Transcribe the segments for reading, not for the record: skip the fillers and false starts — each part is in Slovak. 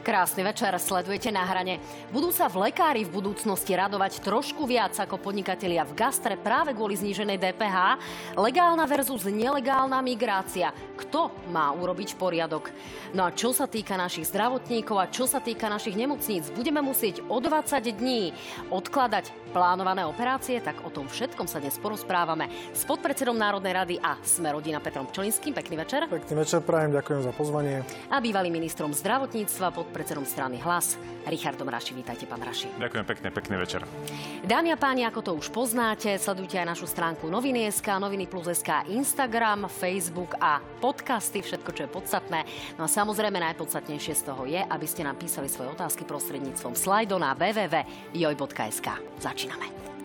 Krásny večer, sledujete Na hrane. Budú sa lekári v budúcnosti radovať trošku viac ako podnikatelia v gastre práve kvôli zníženej DPH? Legálna versus nelegálna migrácia. Kto má urobiť poriadok? No a čo sa týka našich zdravotníkov a čo sa týka našich nemocníc, budeme musieť o 20 dní odkladať plánované operácie? Tak o tom všetkom sa dnes porozprávame s podpredsedom Národnej rady a Smer-rodina Petrom Pčolinským. Pekný večer. Pekný večer prajem, ďakujem za pozvanie. A bývalým ministrom zdravotníctva, podpredsedom strany Hlas, Richardom Raši. Vítajte, pán Raši. Ďakujem pekne, pekný večer. Dámy a páni, ako to už poznáte, sledujte aj našu stránku Noviny.sk, Noviny+sk, Instagram, Facebook a podcasty, všetko, čo je podstatné. No a samozrejme najpodstatnejšie z toho je, aby ste nám písali svoje otázky prostredníctvom slajdu na www.joj.sk. Začíname.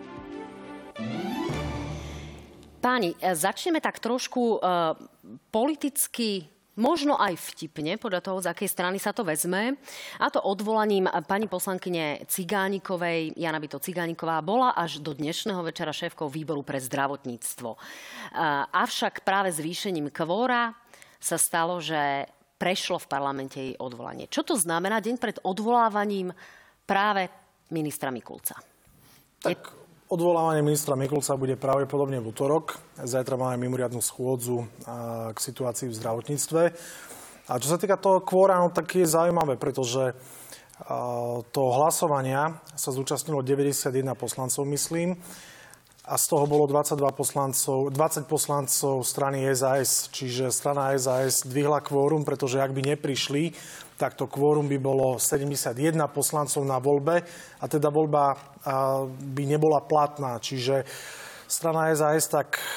Páni, začneme tak trošku politicky, možno aj vtipne, podľa toho, z akej strany sa to vezme. A to odvolaním pani poslankyne Cigánikovej. Jana Bito Cigániková bola až do dnešného večera šéfkou výboru pre zdravotníctvo. Avšak práve zvýšením kvóra sa stalo, že prešlo v parlamente jej odvolanie. Čo to znamená deň pred odvolávaním práve ministra Mikulca? Odvolávanie ministra Mikulca bude pravdepodobne v utorok. Zajtra máme mimoriadnu schôdzu k situácii v zdravotníctve. A čo sa týka toho kvóra, no, tak je zaujímavé, pretože toho hlasovania sa zúčastnilo 91 poslancov, myslím. A z toho bolo 20 poslancov strany SAS. Čiže strana SAS dvihla kvórum, pretože ak by neprišli, tak to kvórum by bolo 71 poslancov na voľbe a teda voľba by nebola platná. Čiže strana SAS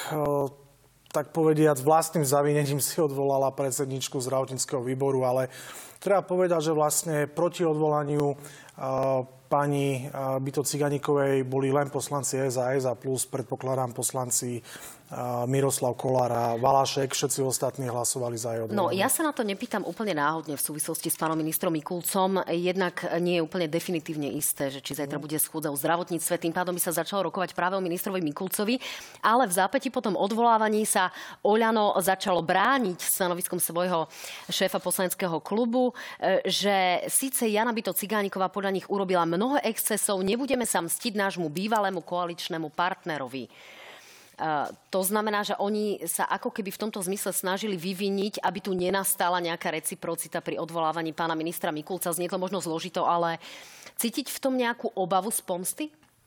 tak povediac vlastným zavinením si odvolala predsedničku zdravotníckeho výboru, ale treba povedať, že vlastne proti odvolaniu pani Bito Cigánikovej boli len poslanci SAS a plus predpokladám poslanci Miroslav Kolár a Valašek. Všetci ostatní hlasovali za jej odvolanie. No, ja sa na to nepýtam úplne náhodne v súvislosti s pánom ministrom Mikulcom. Jednak nie je úplne definitívne isté, že či zajtra bude schôdza o zdravotníctve. Tým pádom by sa začalo rokovať práve o ministrovi Mikulcovi. Ale v zápäti po tom odvolávaní sa Oľano začalo brániť stanoviskom svojho šéfa poslaneckého klubu, že síce Jana Bito Cigániková podľa nich urobila mnoho excesov, nebudeme sa mstiť nášmu bývalému koaličnému partnerovi. To znamená, že oni sa ako keby v tomto zmysle snažili vyviniť, aby tu nenastala nejaká reciprocita pri odvolávaní pána ministra Mikulca. Znie to možno zložito, ale cítiť v tom nejakú obavu z pomsty?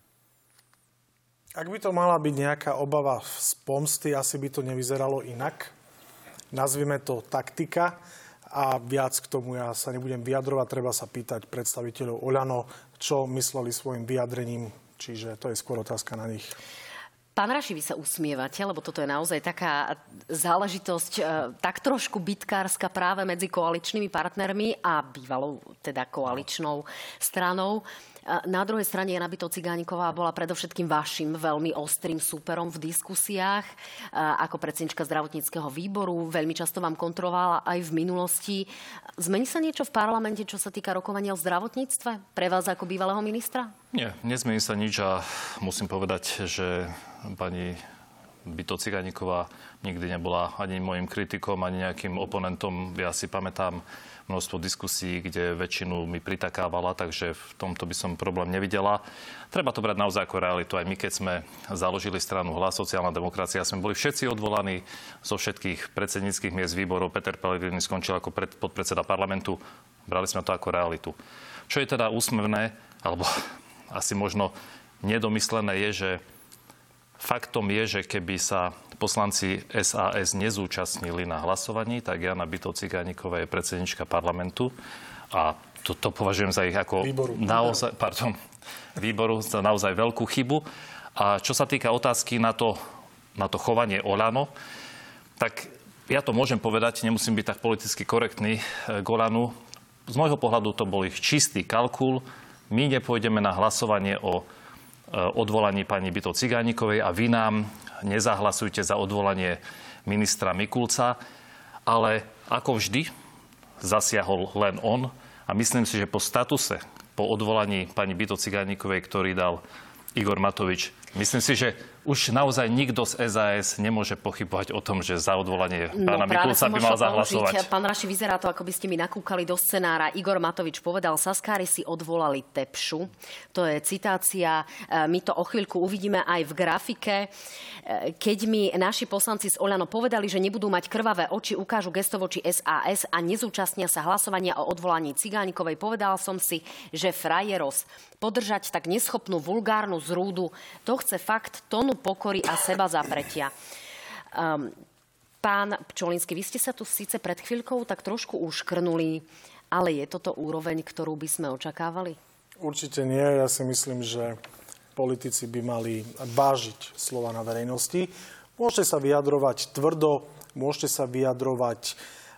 Ak by to mala byť nejaká obava z pomsty, asi by to nevyzeralo inak. Nazvime to taktika a viac k tomu ja sa nebudem vyjadrovať. Treba sa pýtať predstaviteľov Oľano, čo mysleli svojim vyjadrením. Čiže to je skôr otázka na nich. Pán Raši, vy sa usmievate, lebo toto je naozaj taká záležitosť tak trošku bitkárska práve medzi koaličnými partnermi a bývalou teda koaličnou stranou. Na druhej strane Jana Bito Cigániková bola predovšetkým vašim veľmi ostrým súperom v diskusiách ako predsednička zdravotníckeho výboru. Veľmi často vám kontrolovala aj v minulosti. Zmení sa niečo v parlamente, čo sa týka rokovania o zdravotníctve pre vás ako bývalého ministra? Nie, nezmení sa nič a musím povedať, že pani Bito Cigániková nikdy nebola ani môjim kritikom, ani nejakým oponentom. Ja si pamätám množstvo diskusí, kde väčšinu mi pritakávala, takže v tomto by som problém nevidela. Treba to brať naozaj ako realitu. Aj my, keď sme založili stranu Hlas, sociálna demokracia, sme boli všetci odvolaní zo všetkých predsedníckych miest výborov. Peter Pellegrini skončil ako podpredseda parlamentu. Brali sme to ako realitu. Čo je teda úsmevné, alebo asi možno nedomyslené, je, že faktom je, že keby sa poslanci SAS nezúčastnili na hlasovaní, tak Jana Bito Cigániková je predsednička parlamentu a to považujem za ich ako výboru za naozaj veľkú chybu. A čo sa týka otázky na to chovanie Oľano, tak ja to môžem povedať, nemusím byť tak politicky korektný k Oľanu. Z môjho pohľadu to bol ich čistý kalkul. My nepôjdeme na hlasovanie o odvolaní pani Bito Cigánikovej a vy nám nezahlasujte za odvolanie ministra Mikulca, ale ako vždy zasiahol len on a myslím si, že po statuse, po odvolaní pani Bito Cigánikovej, ktorý dal Igor Matovič. Myslím si, že už naozaj nikto z SAS nemôže pochybovať o tom, že za odvolanie pána Mikulca by mal zahlasovať. Pán Raši, vyzerá to, ako by ste mi nakúkali do scenára. Igor Matovič povedal, Saskári si odvolali Tepšu. To je citácia. My to o chvíľku uvidíme aj v grafike. Keď mi naši poslanci z Oľano povedali, že nebudú mať krvavé oči, ukážu gesto voči SAS a nezúčastnia sa hlasovania o odvolaní Cigánikovej, povedal som si, že frajeros podržať tak neschopnú vulgárnu zrúdu, to chce fakt tonu pokory a seba zapretia. Pán Pčolinský, vy ste sa tu síce pred chvíľkou tak trošku uškrnuli, ale je toto úroveň, ktorú by sme očakávali? Určite nie. Ja si myslím, že politici by mali vážiť slova na verejnosti. Môžete sa vyjadrovať tvrdo, môžete sa vyjadrovať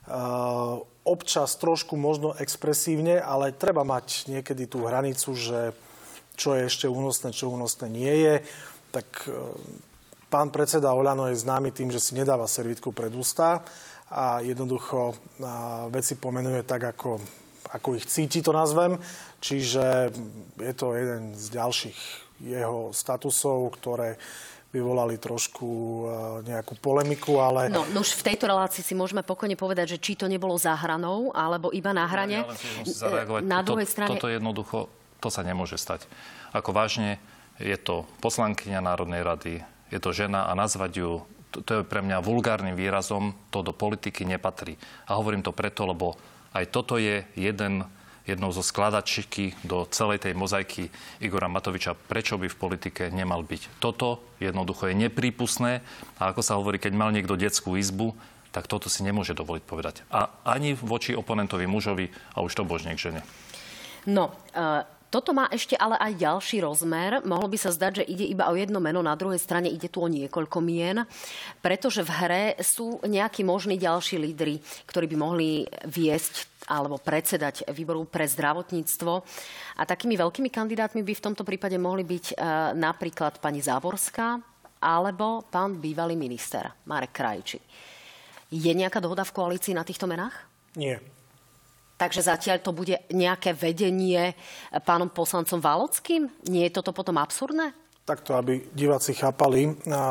občas trošku možno expresívne, ale treba mať niekedy tú hranicu, že čo je ešte únosné, čo únosné nie je. Tak pán predseda Oľano je známy tým, že si nedáva servítku pred ústa a jednoducho veci pomenuje tak, ako ich cíti, to nazvem. Čiže je to jeden z ďalších jeho statusov, ktoré vyvolali trošku nejakú polemiku, ale... No už v tejto relácii si môžeme pokojne povedať, že či to nebolo za hranou, alebo iba na hrane. Na druhej strane... Toto jednoducho, to sa nemôže stať. Ako vážne, je to poslankyňa Národnej rady, je to žena a nazvať ju, to je pre mňa vulgárnym výrazom, to do politiky nepatrí. A hovorím to preto, lebo aj toto je jednou zo skladačiky do celej tej mozaiky Igora Matoviča, prečo by v politike nemal byť. Toto jednoducho je neprípustné a ako sa hovorí, keď mal niekto detskú izbu, tak toto si nemôže dovoliť povedať. A ani voči oponentovi mužovi a už to božne k žene. No, toto má ešte ale aj ďalší rozmer. Mohlo by sa zdať, že ide iba o jedno meno, na druhej strane ide tu o niekoľko mien, pretože v hre sú nejakí možní ďalší lídri, ktorí by mohli viesť alebo predsedať výboru pre zdravotníctvo. A takými veľkými kandidátmi by v tomto prípade mohli byť napríklad pani Záborská alebo pán bývalý minister Marek Krajčí. Je nejaká dohoda v koalícii na týchto menách? Nie. Takže zatiaľ to bude nejaké vedenie pánom poslancom Válockým? Nie je toto potom absurdné? Takto, aby diváci chápali,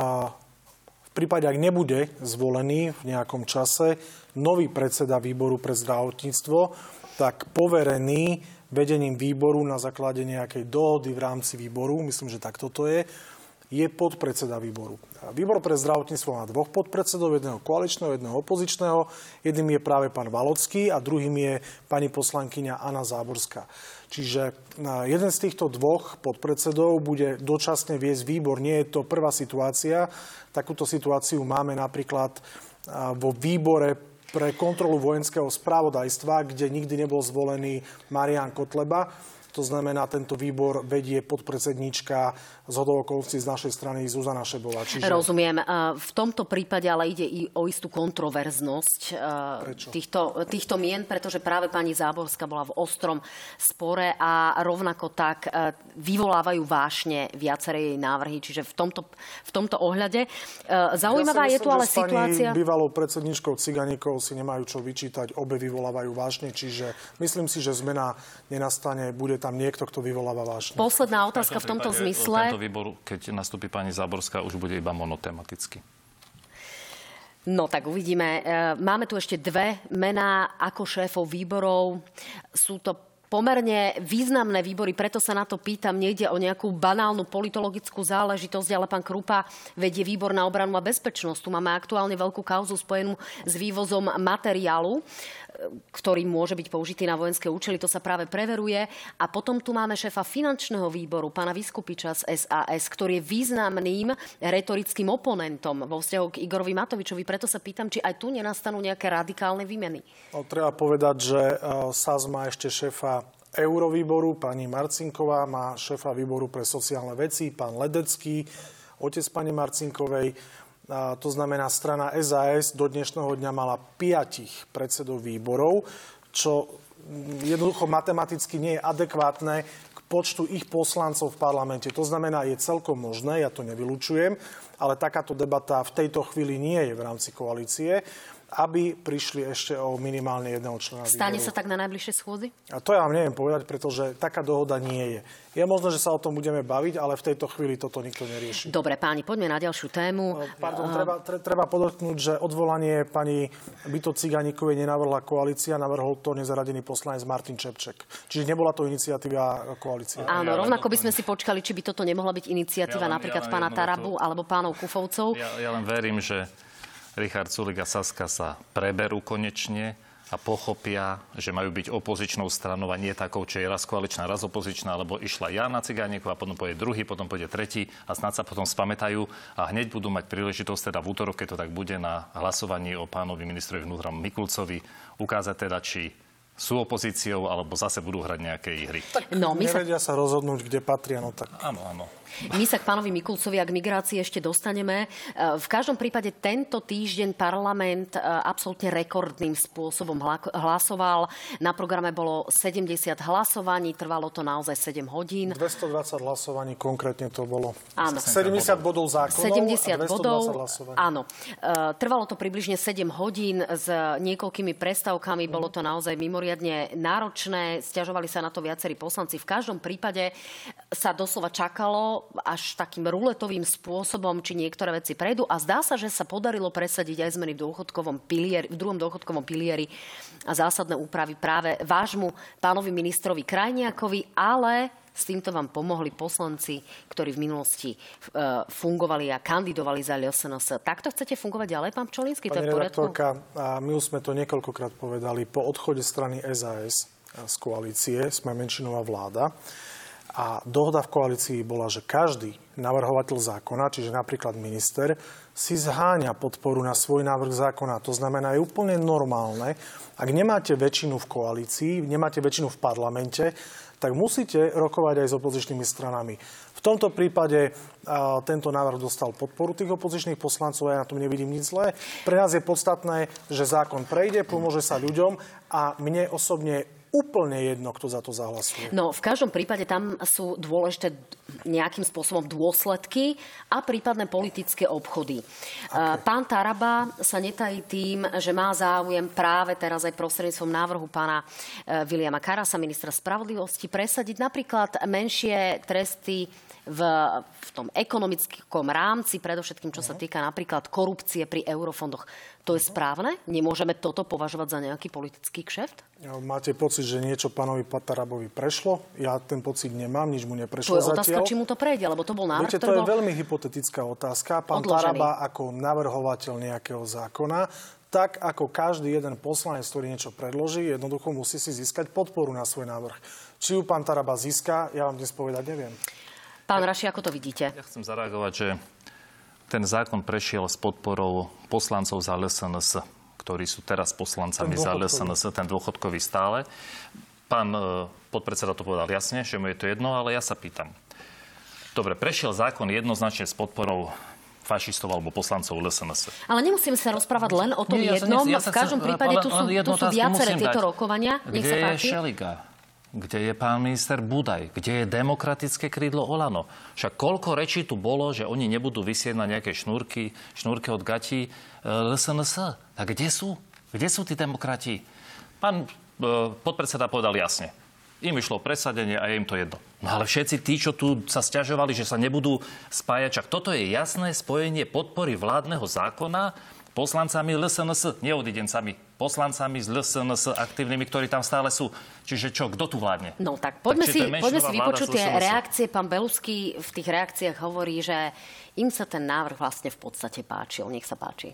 v prípade, ak nebude zvolený v nejakom čase nový predseda výboru pre zdravotníctvo, tak poverený vedením výboru na základe nejakej dohody v rámci výboru, myslím, že takto to je podpredseda výboru. Výbor pre zdravotníctvo má dvoch podpredsedov, jedného koaličného, jedného opozičného. Jedným je práve pán Valocký a druhým je pani poslankyňa Anna Záborská. Čiže jeden z týchto dvoch podpredsedov bude dočasne viesť výbor. Nie je to prvá situácia. Takúto situáciu máme napríklad vo výbore pre kontrolu vojenského spravodajstva, kde nikdy nebol zvolený Marián Kotleba. To znamená, tento výbor vedie podpredsedníčka zhodou okolností z našej strany Zuzana Šebová. Rozumiem. V tomto prípade ale ide i o istú kontroverznosť týchto mien, pretože práve pani Záborská bola v ostrom spore a rovnako tak vyvolávajú vášne viaceré jej návrhy. Čiže v tomto ohľade zaujímavá je tu ale situácia... Bývalou predsedníčkou Ciganíkov si nemajú čo vyčítať, obe vyvolávajú vášne, čiže myslím si, že zmena nenastane, bude tam niekto, kto vyvoláva vášne. Posledná otázka v tomto zmysle. Tento výbor, keď nastúpi pani Záborská, už bude iba monotematicky. No tak uvidíme. Máme tu ešte dve mená ako šéfov výborov. Sú to pomerne významné výbory, preto sa na to pýtam. Nejde o nejakú banálnu politologickú záležitosť, ale pán Krupa vedie výbor na obranu a bezpečnosť. Tu máme aktuálne veľkú kauzu spojenú s vývozom materiálu, ktorý môže byť použitý na vojenské účely. To sa práve preveruje. A potom tu máme šéfa finančného výboru, pána Viskupiča z SAS, ktorý je významným retorickým oponentom vo vzťahu k Igorovi Matovičovi. Preto sa pýtam, či aj tu nenastanú nejaké radikálne výmeny. No, treba povedať, že SAS má ešte šéfa Eurovýboru, pani Marcinková, má šéfa výboru pre sociálne veci, pán Ledecký, otec pani Marcinkovej. To znamená, strana SAS do dnešného dňa mala 5 predsedov výborov, čo jednoducho matematicky nie je adekvátne k počtu ich poslancov v parlamente. To znamená, je celkom možné, ja to nevylučujem, ale takáto debata v tejto chvíli nie je v rámci koalície. aby prišli ešte o minimálne jedného člena výboru. Stane sa tak na najbližšej schôdzi? A to ja vám neviem povedať, pretože taká dohoda nie je. Je možné, že sa o tom budeme baviť, ale v tejto chvíli toto nikto nerieši. Dobre, páni, poďme na ďalšiu tému. Pardon, treba podotknúť, že odvolanie pani Bito Ciganíkovej nenavrhla koalícia, navrhol to nezaradený poslanec Martin Čepček. Čiže nebola to iniciatíva koalície. Áno, rovnako by sme si počkali, či by toto nemohla byť iniciatíva napríklad pána Tarabu alebo pánov Kufovcov. Ja len verím, že Richard Sulík a Saska sa preberú konečne a pochopia, že majú byť opozičnou stranou a nie takou, čo je raz koaličná, raz opozičná, lebo išla Jana Ciganíková, potom pôjde druhý, potom pôjde tretí a snad sa potom spamätajú a hneď budú mať príležitosť teda v útorok, keď to tak bude, na hlasovaní o pánovi ministrovi vnútra Mikulcovi ukázať teda, či sú opozíciou, alebo zase budú hrať nejaké hry. Tak nevedia sa rozhodnúť, kde patria, no tak. Áno. My sa k pánovi Mikulcovi a k migrácii ešte dostaneme. V každom prípade tento týždeň parlament absolútne rekordným spôsobom hlasoval. Na programe bolo 70 hlasovaní, trvalo to naozaj 7 hodín. 220 hlasovaní, konkrétne to bolo. Áno. 70 bodov zákonov 70 a 220 bodov, hlasovaní. áno. Trvalo to približne 7 hodín s niekoľkými prestávkami. Bolo to naozaj mimoriadne náročné. Sťažovali sa na to viacerí poslanci. V každom prípade sa doslova čakalo až takým ruletovým spôsobom, či niektoré veci prejdú. A zdá sa, že sa podarilo presadiť aj zmeny v druhom dôchodkovom pilieri a zásadné úpravy práve vášmu pánovi ministrovi Krajniakovi, ale s týmto vám pomohli poslanci, ktorí v minulosti fungovali a kandidovali za LSNS. Takto chcete fungovať ďalej, pán Pčolinský? Pani redaktorka, my už sme to niekoľkokrát povedali, po odchode strany SAS z koalície sme menšinová vláda. A dohoda v koalícii bola, že každý navrhovateľ zákona, čiže napríklad minister, si zháňa podporu na svoj návrh zákona. To znamená, je úplne normálne. Ak nemáte väčšinu v koalícii, nemáte väčšinu v parlamente, tak musíte rokovať aj s opozičnými stranami. V tomto prípade tento návrh dostal podporu tých opozičných poslancov, ja na tom nevidím nič zlé. Pre nás je podstatné, že zákon prejde, pomôže sa ľuďom a mne osobne úplne jedno, kto za to zahlasuje. No, v každom prípade tam sú dôležité nejakým spôsobom dôsledky a prípadné politické obchody. Okay. Pán Taraba sa netají tým, že má záujem práve teraz aj prostredníctvom návrhu pána Viliama Karasa, ministra spravodlivosti, presadiť napríklad menšie tresty v tom ekonomickom rámci, predovšetkým, čo sa týka napríklad korupcie pri eurofondoch. To je správne? Nemôžeme toto považovať za nejaký politický kšeft? Máte pocit, že niečo pánovi Tarabovi prešlo? Ja ten pocit nemám, nič mu neprešlo zatiaľ. To je otázka, či mu to prejde, lebo to bol návrh, viete, to je veľmi hypotetická otázka. Pán Taraba ako navrhovateľ nejakého zákona, tak ako každý jeden poslanec, ktorý niečo predloží, jednoducho musí si získať podporu na svoj návrh. Či ju pán Taraba získa, ja vám dnes povedať neviem. Pán Raši, ako to vidíte? Ja chcem zareagovať, že ten zákon prešiel s podporou poslancov za LSNS, ktorí sú teraz poslancami za LSNS, ten dôchodkový stále. Pán podpredseda to povedal jasne, že mu je to jedno, ale ja sa pýtam. Dobre, prešiel zákon jednoznačne s podporou fašistov alebo poslancov LSNS. Ale nemusíme sa rozprávať len o tom jednom. V každom prípade tu sú viaceré tieto rokovania. Nech sa páči. Kde je Šeliga? Kde je pán minister Budaj? Kde je demokratické krídlo Olano? Však koľko rečí tu bolo, že oni nebudú visieť na nejaké šnúrke od gatí LSNS. A kde sú? Kde sú tí demokrati? Pán podpredseda povedal jasne. Im išlo presadenie a je im to jedno. No ale všetci tí, čo tu sa sťažovali, že sa nebudú spájať, čak toto je jasné spojenie podpory vládneho zákona poslancami LSNS, neodidencami, poslancami z LSNS aktívnymi, ktorí tam stále sú. Čiže čo, kto tu vládne? No tak poďme si vypočuť tie reakcie. Pán Belusky v tých reakciách hovorí, že im sa ten návrh vlastne v podstate páčil. Nech sa páči.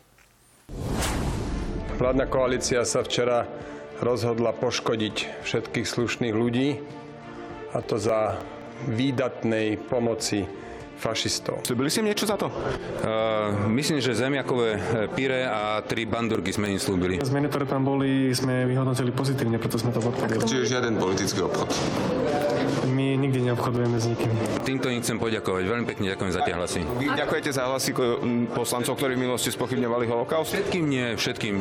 Vládna koalícia sa včera rozhodla poškodiť všetkých slušných ľudí, a to za výdatnej pomoci fašistov. Slúbili ste im niečo za to? Myslím, že zemiakové pyré a 3 bandurky sme im slúbili. Zmeny, ktoré tam boli, sme vyhodnotili pozitívne, preto sme to podporili. Čiže žiaden politický obchod? My nikdy neobchodujeme s nikým. Týmto im chcem poďakovať. Veľmi pekne ďakujem za tie hlasy. Vy ďakujete za hlasy poslancov, ktorí v minulosti spochybňovali holokaust? Všetkým nie, všetkým.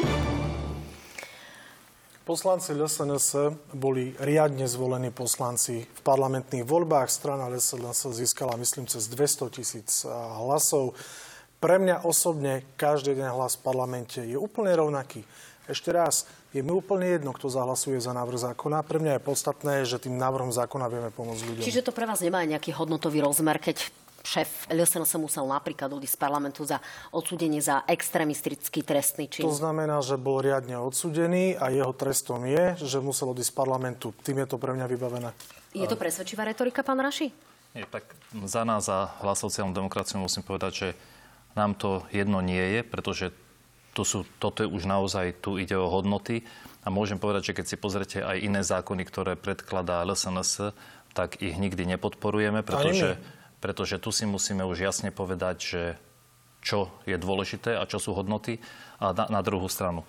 Poslanci LSNS boli riadne zvolení poslanci v parlamentných voľbách. Strana LSNS získala, myslím, cez 200 000 hlasov. Pre mňa osobne každý jeden hlas v parlamente je úplne rovnaký. Ešte raz, je mi úplne jedno, kto zahlasuje za návrh zákona. Pre mňa je podstatné, že tým návrhom zákona vieme pomôcť ľuďom. Čiže to pre vás nemá nejaký hodnotový rozmer, keď šéf LSNS musel napríklad odísť z parlamentu za odsúdenie za extrémistický trestný čin? To znamená, že bol riadne odsúdený a jeho trestom je, že musel odísť z parlamentu. Tým je to pre mňa vybavené. Je to presvedčivá retorika, pán Raši? Nie, tak za nás, za Hlas sociálnu demokraciu musím povedať, že nám to jedno nie je, pretože toto je už naozaj, tu ide o hodnoty. A môžem povedať, že keď si pozrete aj iné zákony, ktoré predkladá LSNS, tak ich nikdy nepodporujeme, pretože tu si musíme už jasne povedať, že čo je dôležité a čo sú hodnoty. A na druhú stranu.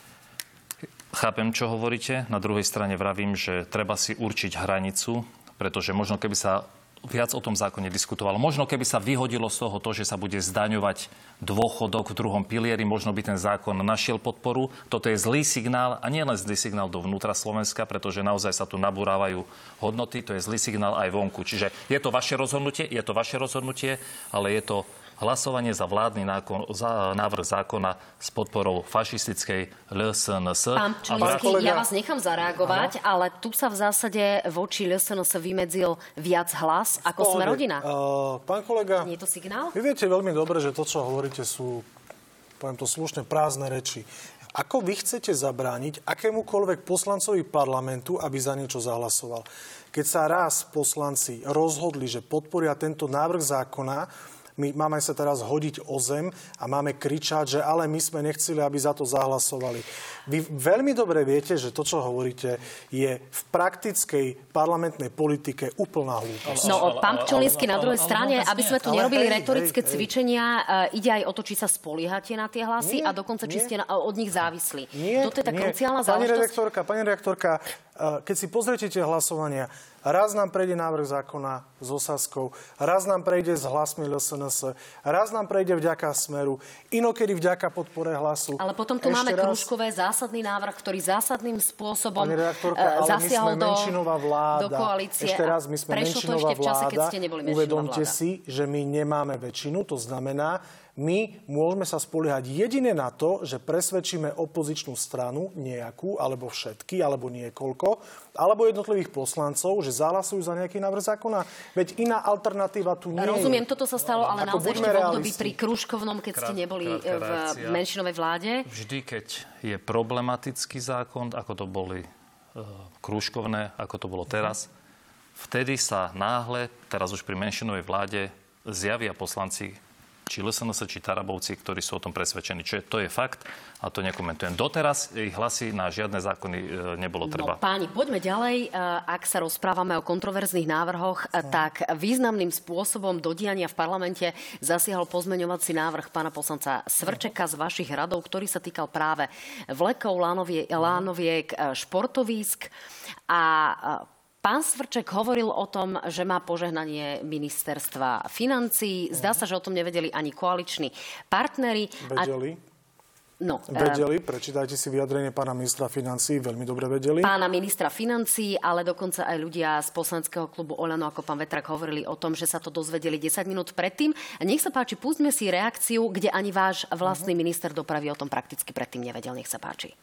Chápem, čo hovoríte. Na druhej strane vravím, že treba si určiť hranicu, pretože možno keby sa viac o tom zákone diskutovalo. Možno keby sa vyhodilo z toho to, že sa bude zdaňovať dôchodok v druhom pilieri, možno by ten zákon našiel podporu. Toto je zlý signál a nie len zlý signál do vnútra Slovenska, pretože naozaj sa tu nabúrávajú hodnoty. To je zlý signál aj vonku. Čiže je to vaše rozhodnutie, ale je to hlasovanie za vládny návrh zákona s podporou fašistickej LSNS. Pán Pčolinský, ja vás nechám zareagovať, ale tu sa v zásade voči LSNS vymedzil viac hlas ako Sme rodina. Pán kolega, nie je to signál? Vy viete veľmi dobre, že to, čo hovoríte, sú, poviem to slušne, prázdne reči. Ako vy chcete zabrániť akémukoľvek poslancovi parlamentu, aby za niečo zahlasoval? Keď sa raz poslanci rozhodli, že podporia tento návrh zákona, my máme sa teraz hodiť o zem a máme kričať, že ale my sme nechceli, aby za to zahlasovali. Vy veľmi dobre viete, že to, čo hovoríte, je v praktickej parlamentnej politike úplná hlúposť. No, pán Pčolinský, na druhej strane, aby sme tu nerobili retorické cvičenia, ide aj o to, či sa spoliehate na tie hlasy a dokonca, či ste od nich závislí. Toto je tá kruciálna záležitosť. Pani redaktorka, keď si pozriete tie hlasovania, raz nám prejde návrh zákona s Osaskou, raz nám prejde s hlasmi LSNS, raz nám prejde vďaka Smeru, inokedy vďaka podpore Hlasu. Ale potom tu máme Krúžkové zásadný návrh, ktorý zásadným spôsobom zasiahol do koalície. Ešte raz, my sme menšinová v čase, keď vláda. ste neboli menšinová Uvedomte vláda. si, že my nemáme väčšinu, to znamená, my môžeme sa spoliehať jedine na to, že presvedčíme opozičnú stranu, nejakú, alebo všetky, alebo niekoľko, alebo jednotlivých poslancov, že zahlasujú za nejaký návrh zákona. Veď iná alternatíva tu nie je. Rozumiem, toto sa stalo, ale naozaj ešte v období pri Krúžkovnom, keď ste neboli v menšinovej vláde. Vždy, keď je problematický zákon, ako to boli Krúžkovné, ako to bolo teraz, vtedy sa náhle, teraz už pri menšinovej vláde, zjavia poslanci či LSNS, či Tarabovci, ktorí sú o tom presvedčení. Čiže to je fakt a to nekomentujem. Doteraz ich hlasy na žiadne zákony nebolo treba. No, páni, poďme ďalej. Ak sa rozprávame o kontroverzných návrhoch, tak významným spôsobom do diania v parlamente zasiahol pozmeňovací návrh pána poslanca Svrčeka z vašich radov, ktorý sa týkal práve vlekov, lánoviek, športovísk a pán Svrček hovoril o tom, že má požehnanie ministerstva financií. Zdá sa, že o tom nevedeli ani koaliční partneri. Vedeli, prečítajte si vyjadrenie pána ministra financií, veľmi dobre vedeli. Pána ministra financií, ale dokonca aj ľudia z poslaneckého klubu Oľano, ako pán Vetrak, hovorili o tom, že sa to dozvedeli 10 minút predtým. A nech sa páči, pustíme si reakciu, kde ani váš vlastný minister dopravy o tom prakticky predtým nevedel. Nech sa páči.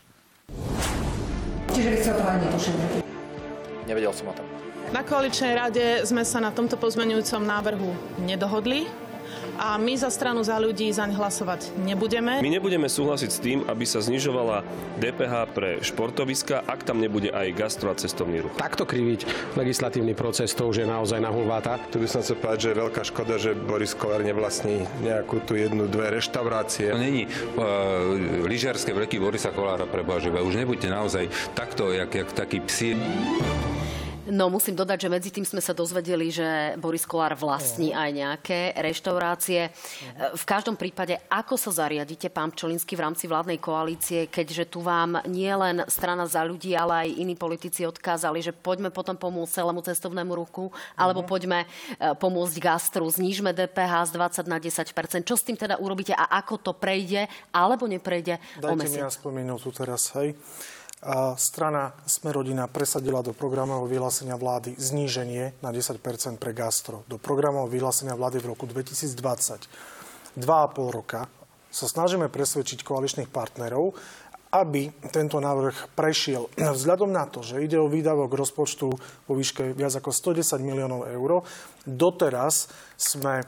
Čiže vy sa o toho ani netušili? Nevedel som o tom. Na koaličnej rade sme sa na tomto pozmeňujúcom návrhu nedohodli a my za stranu Za ľudí zaň hlasovať nebudeme. My nebudeme súhlasiť s tým, aby sa znižovala DPH pre športoviska, ak tam nebude aj gastro a cestovný ruch. Takto kriviť legislatívny proces, to už je naozaj na hulváta. Tu by som chcel povedať, že je veľká škoda, že Boris Kollár nevlastní nejakú tu jednu, dve reštaurácie. To není lyžiarske vleky Borisa Kollára, preboha, už nebuďte naozaj takto, jak taký psi. No, musím dodať, že medzi tým sme sa dozvedeli, že Boris Kollár vlastní aj nejaké reštaurácie. V každom prípade, ako sa zariadíte, pán Pčolinský, v rámci vládnej koalície, keďže tu vám nie len strana Za ľudí, ale aj iní politici odkázali, že poďme potom pomôcť celému cestovnému ruchu, alebo poďme pomôcť gastru, znížme DPH z 20 na 10%. Čo s tým teda urobíte a ako to prejde, alebo neprejde o mesiac? Dajte mi aspoň minútu teraz, hej. Strana Sme rodina presadila do programového vyhlásenia vlády zníženie na 10% pre gastro. Do programového vyhlásenia vlády v roku 2020. 2,5 roka sa snažíme presvedčiť koaličných partnerov, aby tento návrh prešiel. Vzhľadom na to, že ide o výdavok rozpočtu vo výške viac ako 110 miliónov eur, doteraz sme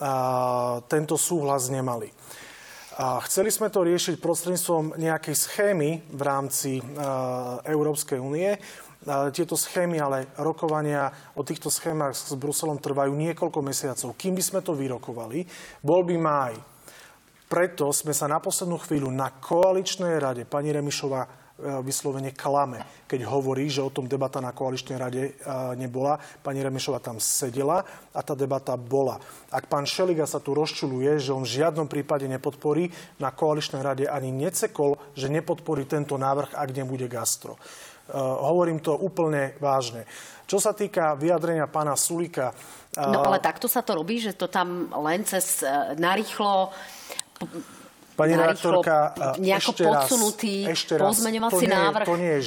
tento súhlas nemali. Chceli sme to riešiť prostredníctvom nejakej schémy v rámci Európskej únie. Tieto schémy, ale rokovania o týchto schémach s Bruselom trvajú niekoľko mesiacov. Kým by sme to vyrokovali, bol by máj. Preto sme sa na poslednú chvíľu na koaličnej rade, pani Remišová vyslovene klame, keď hovorí, že o tom debata na koaličnej rade nebola. Pani Remišová tam sedela a tá debata bola. Ak pán Šeliga sa tu rozčuľuje, že on v žiadnom prípade nepodporí, na koaličnej rade ani necekol, že nepodporí tento návrh, ak nebude gastro. Hovorím to úplne vážne. Čo sa týka vyjadrenia pána Sulíka... No ale takto sa to robí, že to tam len cez narýchlo... Pani redaktorka, nejako podsunutý pozmeňovací návrh. To nie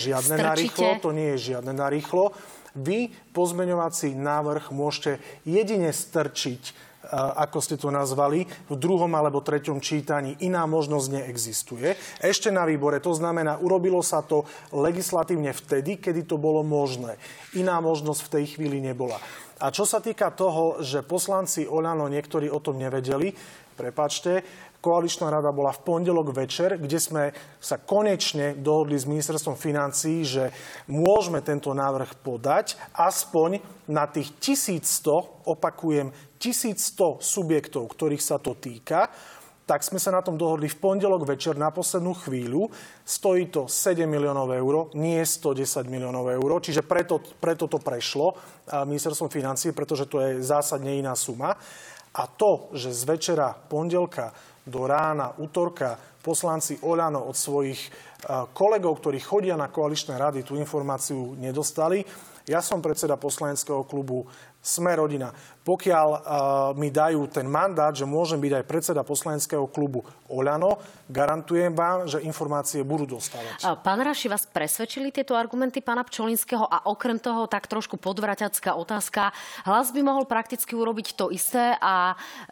je žiadne narýchlo. Vy pozmeňovací návrh môžete jedine strčiť, ako ste to nazvali, v druhom alebo treťom čítaní. Iná možnosť neexistuje. Ešte na výbore, to znamená, urobilo sa to legislatívne vtedy, kedy to bolo možné. Iná možnosť v tej chvíli nebola. A čo sa týka toho, že poslanci Oľano niektorí o tom nevedeli, prepáčte, koaličná rada bola v pondelok večer, kde sme sa konečne dohodli s ministerstvom financií, že môžeme tento návrh podať aspoň na tých 1100, opakujem, 1100 subjektov, ktorých sa to týka. Tak sme sa na tom dohodli v pondelok večer na poslednú chvíľu. Stojí to 7 miliónov eur, nie 110 miliónov eur. Čiže preto to prešlo ministerstvom financií, pretože to je zásadne iná suma. A to, že z večera pondelka do rána utorka poslanci Oľano od svojich kolegov, ktorí chodia na koaličné rady, tú informáciu nedostali. Ja som predseda poslaneckého klubu Sme rodina. Pokiaľ mi dajú ten mandát, že môžem byť aj predseda poslaneckého klubu Oľano, garantujem vám, že informácie budú dostávať. Pán Raši, vás presvedčili tieto argumenty pána Pčolinského a okrem toho tak trošku podvraťacká otázka. Hlas by mohol prakticky urobiť to isté a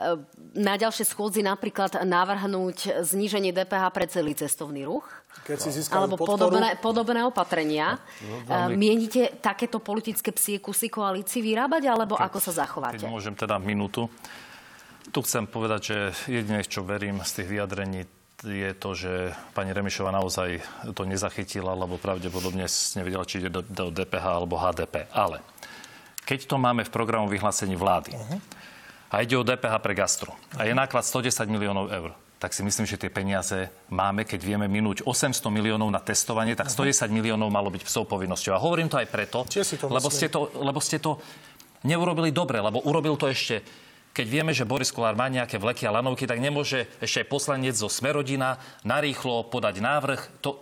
na ďalšie schôdzi napríklad navrhnúť zníženie DPH pre celý cestovný ruch? Keď si získajú alebo podobné opatrenia. Mienite takéto politické psie kusy koalícii vyrábať, alebo ako sa zachováte? Keď môžem teda minútu. Tu chcem povedať, že jedine, čo verím z tých vyjadrení, je to, že pani Remišová naozaj to nezachytila, lebo pravdepodobne nevedela, či ide do DPH alebo HDP. Ale keď to máme v programu vyhlásení vlády a ide o DPH pre gastro a je náklad 110 miliónov eur, tak si myslím, že tie peniaze máme, keď vieme minúť 800 miliónov na testovanie, tak 110 miliónov malo byť psou povinnosťou. A hovorím to aj preto, lebo ste to neurobili dobre, lebo urobil to ešte, keď vieme, že Boris Kollár má nejaké vleky a lanovky, tak nemôže ešte aj poslanec zo Sme rodina narýchlo podať návrh.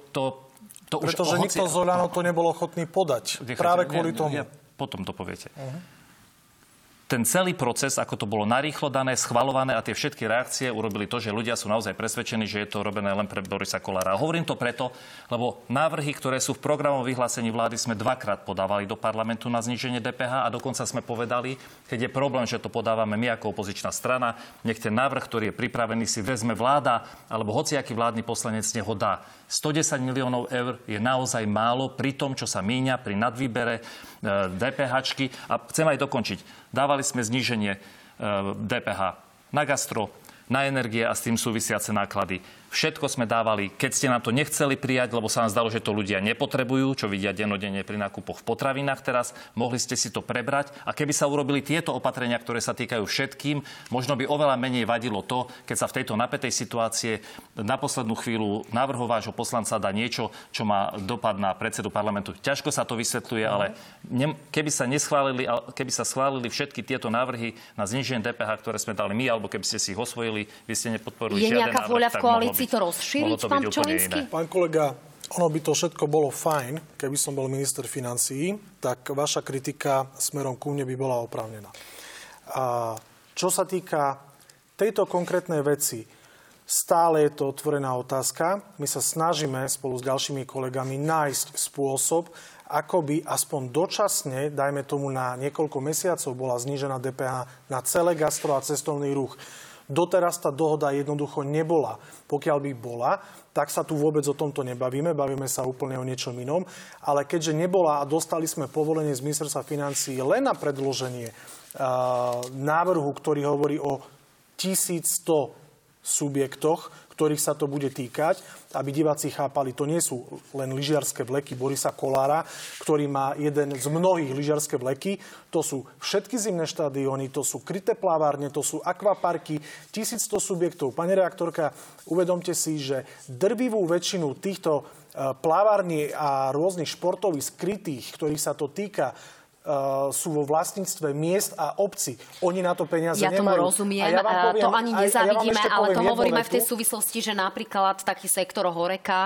Pretože nikto z Oľano to nebol ochotný podať. Práve kvôli tomu. Potom to poviete. Ten celý proces, ako to bolo narýchlo dané, schvaľované a tie všetky reakcie urobili to, že ľudia sú naozaj presvedčení, že je to robené len pre Borisa Kollára. A hovorím to preto, lebo návrhy, ktoré sú v programovom vyhlásení vlády, sme dvakrát podávali do parlamentu na zníženie DPH a dokonca sme povedali, keď je problém, že to podávame my ako opozičná strana, nech ten návrh, ktorý je pripravený, si vezme vláda alebo hociaký vládny poslanec nech ho dá. 110 miliónov eur je naozaj málo pri tom, čo sa míňa pri nadvýbere DPHčky. A chcem aj dokončiť. Dávali sme zníženie DPH na gastro, na energie a s tým súvisiace náklady. Všetko sme dávali, keď ste nám to nechceli prijať, lebo sa nám zdalo, že to ľudia nepotrebujú, čo vidia dennodenne pri nákupoch v potravinách teraz, mohli ste si to prebrať. A keby sa urobili tieto opatrenia, ktoré sa týkajú všetkým, možno by oveľa menej vadilo to, keď sa v tejto napätej situácie na poslednú chvíľu návrhu vášho poslanca dá niečo, čo má dopad na predsedu parlamentu. Ťažko sa to vysvetľuje, ale keby sa schválili všetky tieto návrhy na zníženie DPH, ktoré sme dali my, alebo keby ste si ich osvojili, vy ste nepodporili žiaden návrh, tak mohlo to rozšíriť, pán Pčolinský? Pán kolega, ono by to všetko bolo fajn, keby som bol minister financií, tak vaša kritika smerom ku mne by bola oprávnená. A čo sa týka tejto konkrétnej veci, stále je to otvorená otázka. My sa snažíme spolu s ďalšími kolegami nájsť spôsob, ako by aspoň dočasne, dajme tomu na niekoľko mesiacov, bola znížená DPH na celé gastro a cestovný ruch. Doteraz tá dohoda jednoducho nebola. Pokiaľ by bola, tak sa tu vôbec o tomto nebavíme. Bavíme sa úplne o niečom inom. Ale keďže nebola a dostali sme povolenie z ministerstva financií len na predloženie návrhu, ktorý hovorí o 1100 subjektoch, ktorých sa to bude týkať, aby diváci chápali, to nie sú len lyžiarske vleky Borisa Kollára, ktorý má jeden z mnohých lyžiarske vleky. To sú všetky zimné štadióny, to sú kryté plavárne, to sú akvaparky, 1100 subjektov. Pani redaktorka, uvedomte si, že drvivú väčšinu týchto plavární a rôznych športovísk skrytých, ktorých sa to týka, sú vo vlastníctve miest a obcí. Oni na to peniaze nemajú. Ja tomu rozumiem, to ani nezávidíme, ale to hovorím aj v tej súvislosti, že napríklad taký sektor Horeca,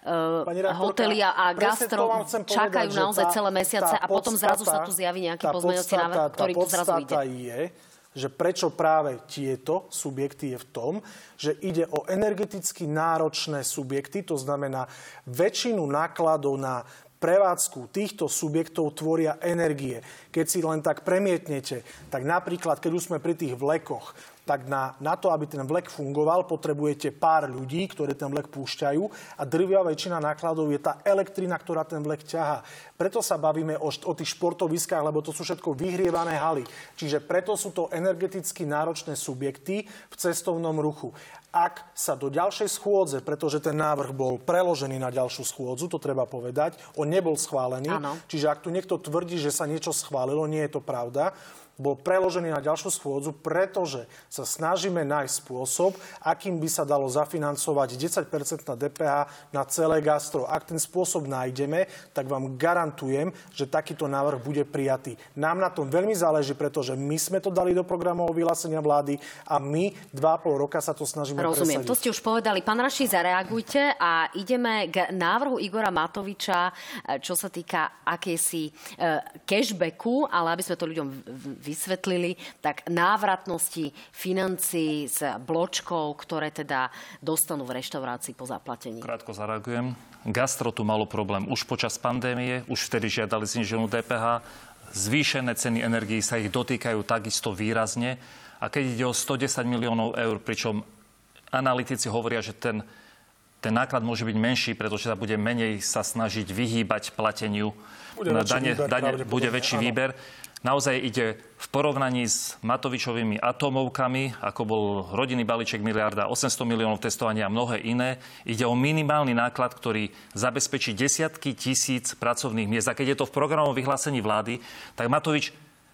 hotely a gastro čakajú naozaj celé mesiace a potom zrazu sa tu zjaví nejaký pozmeňovací návrh, ktorý tu zrazu ide. Tá podstata je, že prečo práve tieto subjekty je v tom, že ide o energeticky náročné subjekty, to znamená väčšinu nákladov na prevádzku týchto subjektov tvoria energie. Keď si len tak premietnete, tak napríklad, keď už sme pri tých vlekoch, tak na to, aby ten vlek fungoval, potrebujete pár ľudí, ktorí ten vlek púšťajú a drvivá väčšina nákladov je tá elektrina, ktorá ten vlek ťahá. Preto sa bavíme o tých športoviskách, lebo to sú všetko vyhrievané haly. Čiže preto sú to energeticky náročné subjekty v cestovnom ruchu. Ak sa do ďalšej schôdze, pretože ten návrh bol preložený na ďalšiu schôdzu, to treba povedať, on nebol schválený. Áno. Čiže ak tu niekto tvrdí, že sa niečo schválilo, nie je to pravda. Bol preložený na ďalšiu schôdzu, pretože sa snažíme nájsť spôsob, akým by sa dalo zafinancovať 10% DPH na celé gastro. Ak ten spôsob nájdeme, tak vám garantujem, že takýto návrh bude prijatý. Nám na tom veľmi záleží, pretože my sme to dali do programového vyhlásenia vlády a my 2,5 roka sa to snažíme presadiť. Rozumiem, to ste už povedali. Pán Raši, zareagujte a ideme k návrhu Igora Matoviča, čo sa týka akejsi cashbacku, ale aby sme to ľuďom vysvetlili, tak návratnosti financií s bločkou, ktoré teda dostanú v reštaurácii po zaplatení. Krátko zareagujem. Gastro tu malo problém už počas pandémie, už vtedy žiadali zníženú DPH. Zvýšené ceny energií sa ich dotýkajú takisto výrazne. A keď ide o 110 miliónov eur, pričom analytici hovoria, že ten náklad môže byť menší, pretože sa bude menej sa snažiť vyhýbať plateniu na dane, bude väčší výber. Naozaj ide v porovnaní s Matovičovými atomovkami, ako bol rodinný balíček miliarda, 800 miliónov testovania a mnohé iné. Ide o minimálny náklad, ktorý zabezpečí desiatky tisíc pracovných miest. A keď je to v programovom vyhlásení vlády, tak Matovič,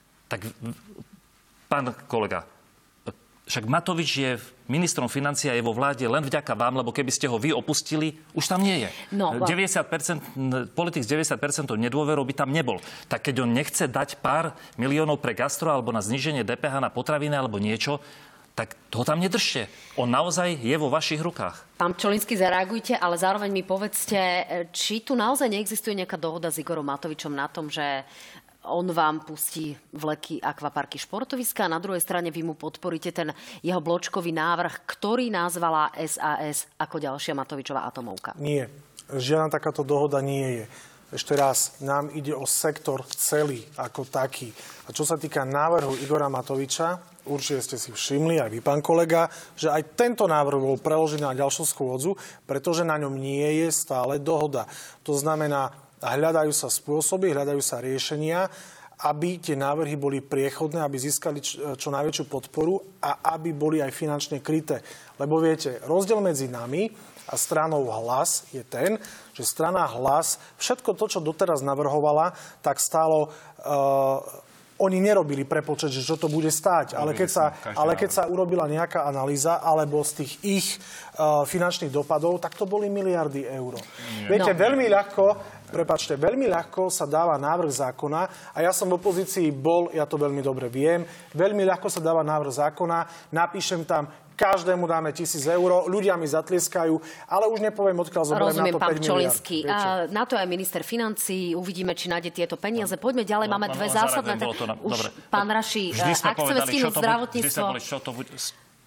pán kolega, však Matovič je ministrom financií a je vo vláde len vďaka vám, lebo keby ste ho vy opustili, už tam nie je. No, 90%, politik s 90% nedôverou by tam nebol. Tak keď on nechce dať pár miliónov pre gastro alebo na zníženie DPH na potraviny alebo niečo, tak ho tam nedržte. On naozaj je vo vašich rukách. Pán Pčolinský, zareagujte, ale zároveň mi povedzte, či tu naozaj neexistuje nejaká dohoda s Igorom Matovičom na tom, že on vám pustí vleky, akvaparky, športoviska a na druhej strane vy mu podporíte ten jeho bločkový návrh, ktorý nazvala SAS ako ďalšia Matovičová atomovka. Nie. Žiadna takáto dohoda nie je. Ešte raz, nám ide o sektor celý ako taký. A čo sa týka návrhu Igora Matoviča, určite ste si všimli, aj vy, pán kolega, že aj tento návrh bol preložený na ďalšiu schôdzu, pretože na ňom nie je stále dohoda. To znamená, hľadajú sa spôsoby, hľadajú sa riešenia, aby tie návrhy boli priechodné, aby získali čo najväčšiu podporu a aby boli aj finančne kryté. Lebo viete, rozdiel medzi nami a stranou Hlas je ten, že strana Hlas všetko to, čo doteraz navrhovala, tak stálo... Oni nerobili prepočet, že čo to bude stáť, ale keď sa urobila nejaká analýza alebo z tých ich finančných dopadov, tak to boli miliardy eur. Viete, veľmi ľahko sa dáva návrh zákona a ja som v opozícii bol, ja to veľmi dobre viem, veľmi ľahko sa dáva návrh zákona, napíšem tam, každému dáme 1,000 eur, ľudia mi zatlieskajú, ale už nepoviem, odkiaľ zoberiem na to 5 miliard. Na to aj minister financií, uvidíme, či nájde tieto peniaze. Poďme ďalej, máme dve zásadné. Pán Raši, ak chceme stihnúť zdravotníctvo...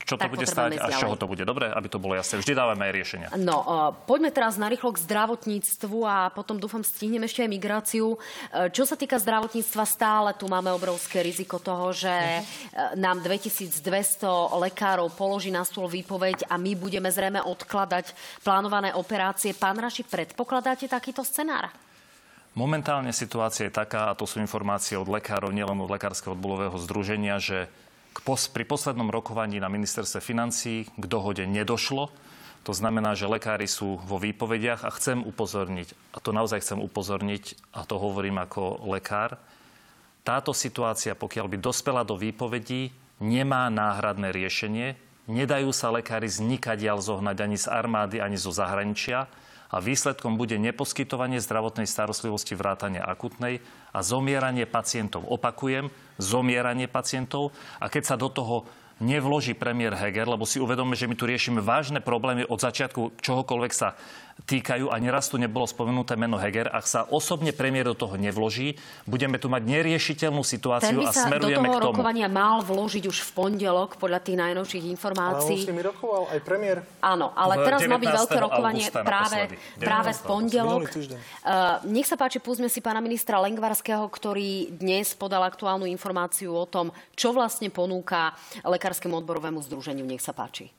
čo to bude stáť a z čoho to bude. Dobre, aby to bolo jasné. Vždy dávame aj riešenia. No, poďme teraz narýchlo k zdravotníctvu a potom dúfam stihneme ešte aj migráciu. Čo sa týka zdravotníctva, stále tu máme obrovské riziko toho, že nám 2200 lekárov položí na stôl výpoveď a my budeme zrejme odkladať plánované operácie. Pán Raši, predpokladáte takýto scenár? Momentálne situácia je taká, a to sú informácie od lekárov, nielen od Lekárskeho odborového združenia, že pri poslednom rokovaní na ministerstve financií k dohode nedošlo. To znamená, že lekári sú vo výpovediach a chcem upozorniť, a to naozaj chcem upozorniť, a to hovorím ako lekár, táto situácia, pokiaľ by dospela do výpovedí, nemá náhradné riešenie. Nedajú sa lekári znikadiaľ zohnať ani z armády, ani zo zahraničia. A výsledkom bude neposkytovanie zdravotnej starostlivosti vrátane akutnej a zomieranie pacientov. Opakujem, zomieranie pacientov. A keď sa do toho nevloží premiér Heger, lebo si uvedome, že my tu riešime vážne problémy od začiatku čohokoľvek sa týkajú a neraz tu nebolo spomenuté meno Heger. Ak sa osobne premiér do toho nevloží, budeme tu mať neriešiteľnú situáciu a smerujeme k tomu. Ten by sa do toho rokovania mal vložiť už v pondelok podľa tých najnovších informácií. Ale on s nimi rokoval aj premiér. Áno, ale teraz má byť veľké rokovanie práve v pondelok. Nech sa páči, púsme si pána ministra Lengvarského, ktorý dnes podal aktuálnu informáciu o tom, čo vlastne ponúka Lekárskému odborovému združeniu. Nech sa páči.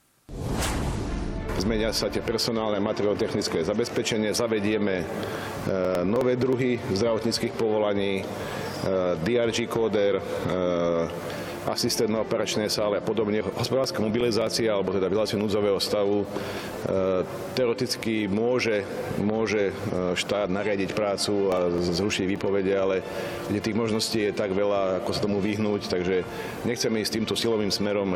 Zmenia sa tie personálne materiálno-technické zabezpečenie, zavedieme nové druhy zdravotníckych povolaní, DRG kóder, asistent na operačnej sále a podobne. Hospodárska mobilizácia, alebo teda vyhlášenie núdzového stavu, teoreticky môže štát nariadiť prácu a zrušiť výpovede, ale tých možností je tak veľa, ako sa tomu vyhnúť, takže nechceme ísť týmto silovým smerom.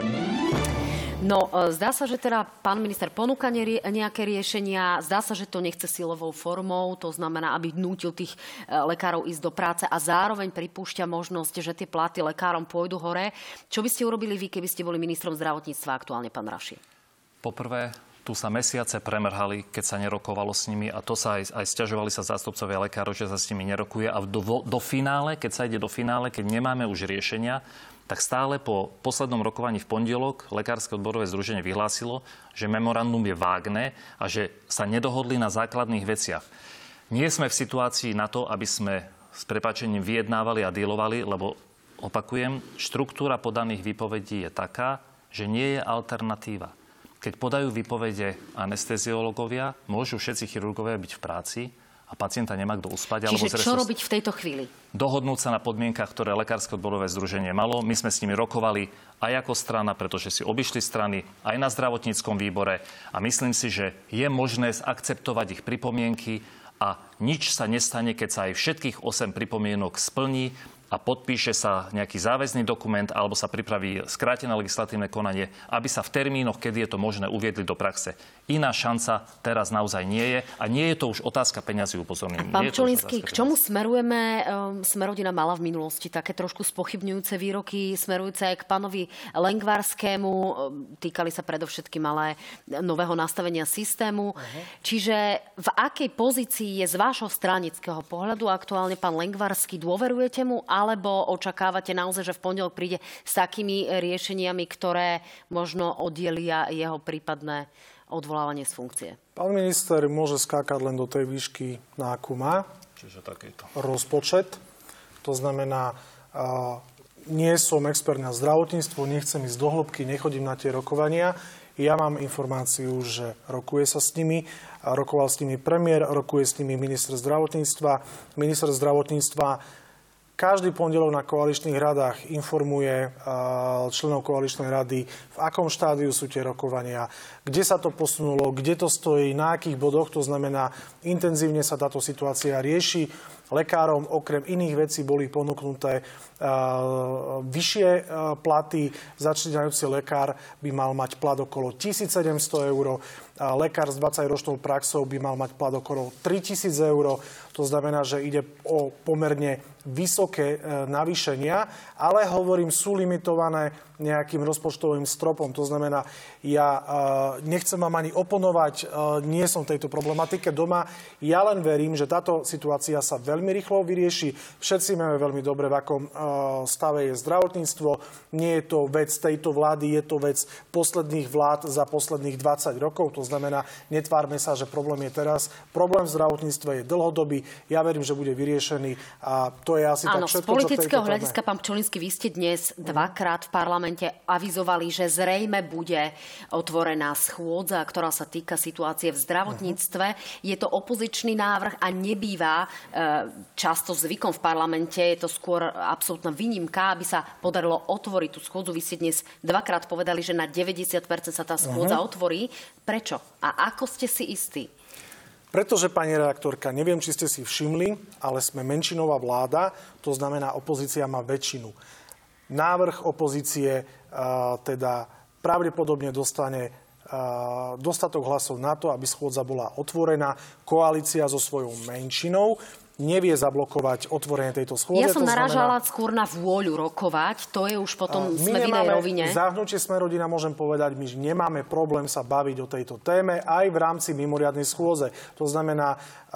No, zdá sa, že teda pán minister ponúka nejaké riešenia. Zdá sa, že to nechce silovou formou. To znamená, aby nútil tých lekárov ísť do práce a zároveň pripúšťa možnosť, že tie platy lekárom pôjdu hore. Čo by ste urobili vy, keby ste boli ministrom zdravotníctva aktuálne, pán Raši? Poprvé, tu sa mesiace premrhali, keď sa nerokovalo s nimi a to sa aj sťažovali sa zástupcovia lekárov, že sa s nimi nerokuje a do finále, keď sa ide do finále, keď nemáme už riešenia, tak stále po poslednom rokovaní v pondelok Lekárske odborové združenie vyhlásilo, že memorandum je vágne a že sa nedohodli na základných veciach. Nie sme v situácii na to, aby sme s prepáčením vyjednávali a dealovali, lebo opakujem, štruktúra podaných výpovedí je taká, že nie je alternatíva. Keď podajú výpovede anesteziológovia, môžu všetci chirurgovia byť v práci a pacienta nemá kto uspať. Čiže čo robiť v tejto chvíli? Dohodnúť sa na podmienkach, ktoré Lekárske odborové združenie malo. My sme s nimi rokovali aj ako strana, pretože si obišli strany aj na zdravotníckom výbore a myslím si, že je možné akceptovať ich pripomienky a nič sa nestane, keď sa aj všetkých 8 pripomienok splní a podpíše sa nejaký záväzný dokument alebo sa pripraví skrátené legislatívne konanie, aby sa v termínoch, kedy je to možné, uviedli do praxe. Iná šanca teraz naozaj nie je a nie je to už otázka peňazí, upozorňujem. Pán Pčolinský, k čomu smerujeme? Smerodina mala v minulosti také trošku spochybňujúce výroky, smerujúce aj k pánovi Lengvarskému. Týkali sa predovšetkým ale nového nastavenia systému. Čiže v akej pozícii je z vášho stranického pohľadu aktuálne pán Lengvarský? Dôverujete mu? Alebo očakávate naozaj, že v pondelok príde s takými riešeniami, ktoré možno oddelia jeho prípadné odvolávanie z funkcie? Pán minister môže skákať len do tej výšky, na akú má. Čiže takýto rozpočet. To znamená, nie som expert na zdravotníctvo, nechcem ísť do hĺbky, nechodím na tie rokovania. Ja mám informáciu, že rokuje sa s nimi. Rokoval s nimi premiér, rokuje s nimi minister zdravotníctva. Minister zdravotníctva každý pondelok na koaličných radách informuje členov koaličnej rady, v akom štádiu sú tie rokovania, kde sa to posunulo, kde to stojí, na akých bodoch. To znamená, intenzívne sa táto situácia rieši. Lekárom okrem iných vecí boli ponúknuté vyššie platy. Začínajúci lekár by mal mať plat okolo 1700 eur. Lekár s 20-ročnou praxou by mal mať plat okolo 3000 eur. To znamená, že ide o pomerne vysoké navýšenia, ale hovorím, sú limitované nejakým rozpočtovým stropom. To znamená, ja nechcem vám ani oponovať, nie som v tejto problematike doma. Ja len verím, že táto situácia sa veľmi rýchlo vyrieši. Všetci vieme veľmi dobre, v akom stave je zdravotníctvo. Nie je to vec tejto vlády, je to vec posledných vlád za posledných 20 rokov. To znamená, netvárme sa, že problém je teraz. Problém v zdravotníctve je dlhodobý. Ja verím, že bude vyriešený a to je asi tak všetko, z politického hľadiska, pán Pčolinský, vy ste dnes dvakrát v parlamente avizovali, že zrejme bude otvorená schôdza, ktorá sa týka situácie v zdravotníctve. Je to opozičný návrh a nebýva často zvykom v parlamente. Je to skôr absolútna výnimka, aby sa podarilo otvoriť tú schôdzu. Vy ste dnes dvakrát povedali, že na 90% sa tá schôdza otvorí. Prečo? A ako ste si istí? Pretože, pani redaktorka, neviem, či ste si všimli, ale sme menšinová vláda, to znamená, opozícia má väčšinu. Návrh opozície teda pravdepodobne dostane dostatok hlasov na to, aby schôdza bola otvorená. Koalícia so svojou menšinou nevie zablokovať otvorenie tejto schôdze. Ja som narážala skôr na vôľu rokovať. To je už potom sme v inej rovine. Za hnutie Sme rodina môžem povedať, my nemáme problém sa baviť o tejto téme aj v rámci mimoriadnej schôdze. To znamená,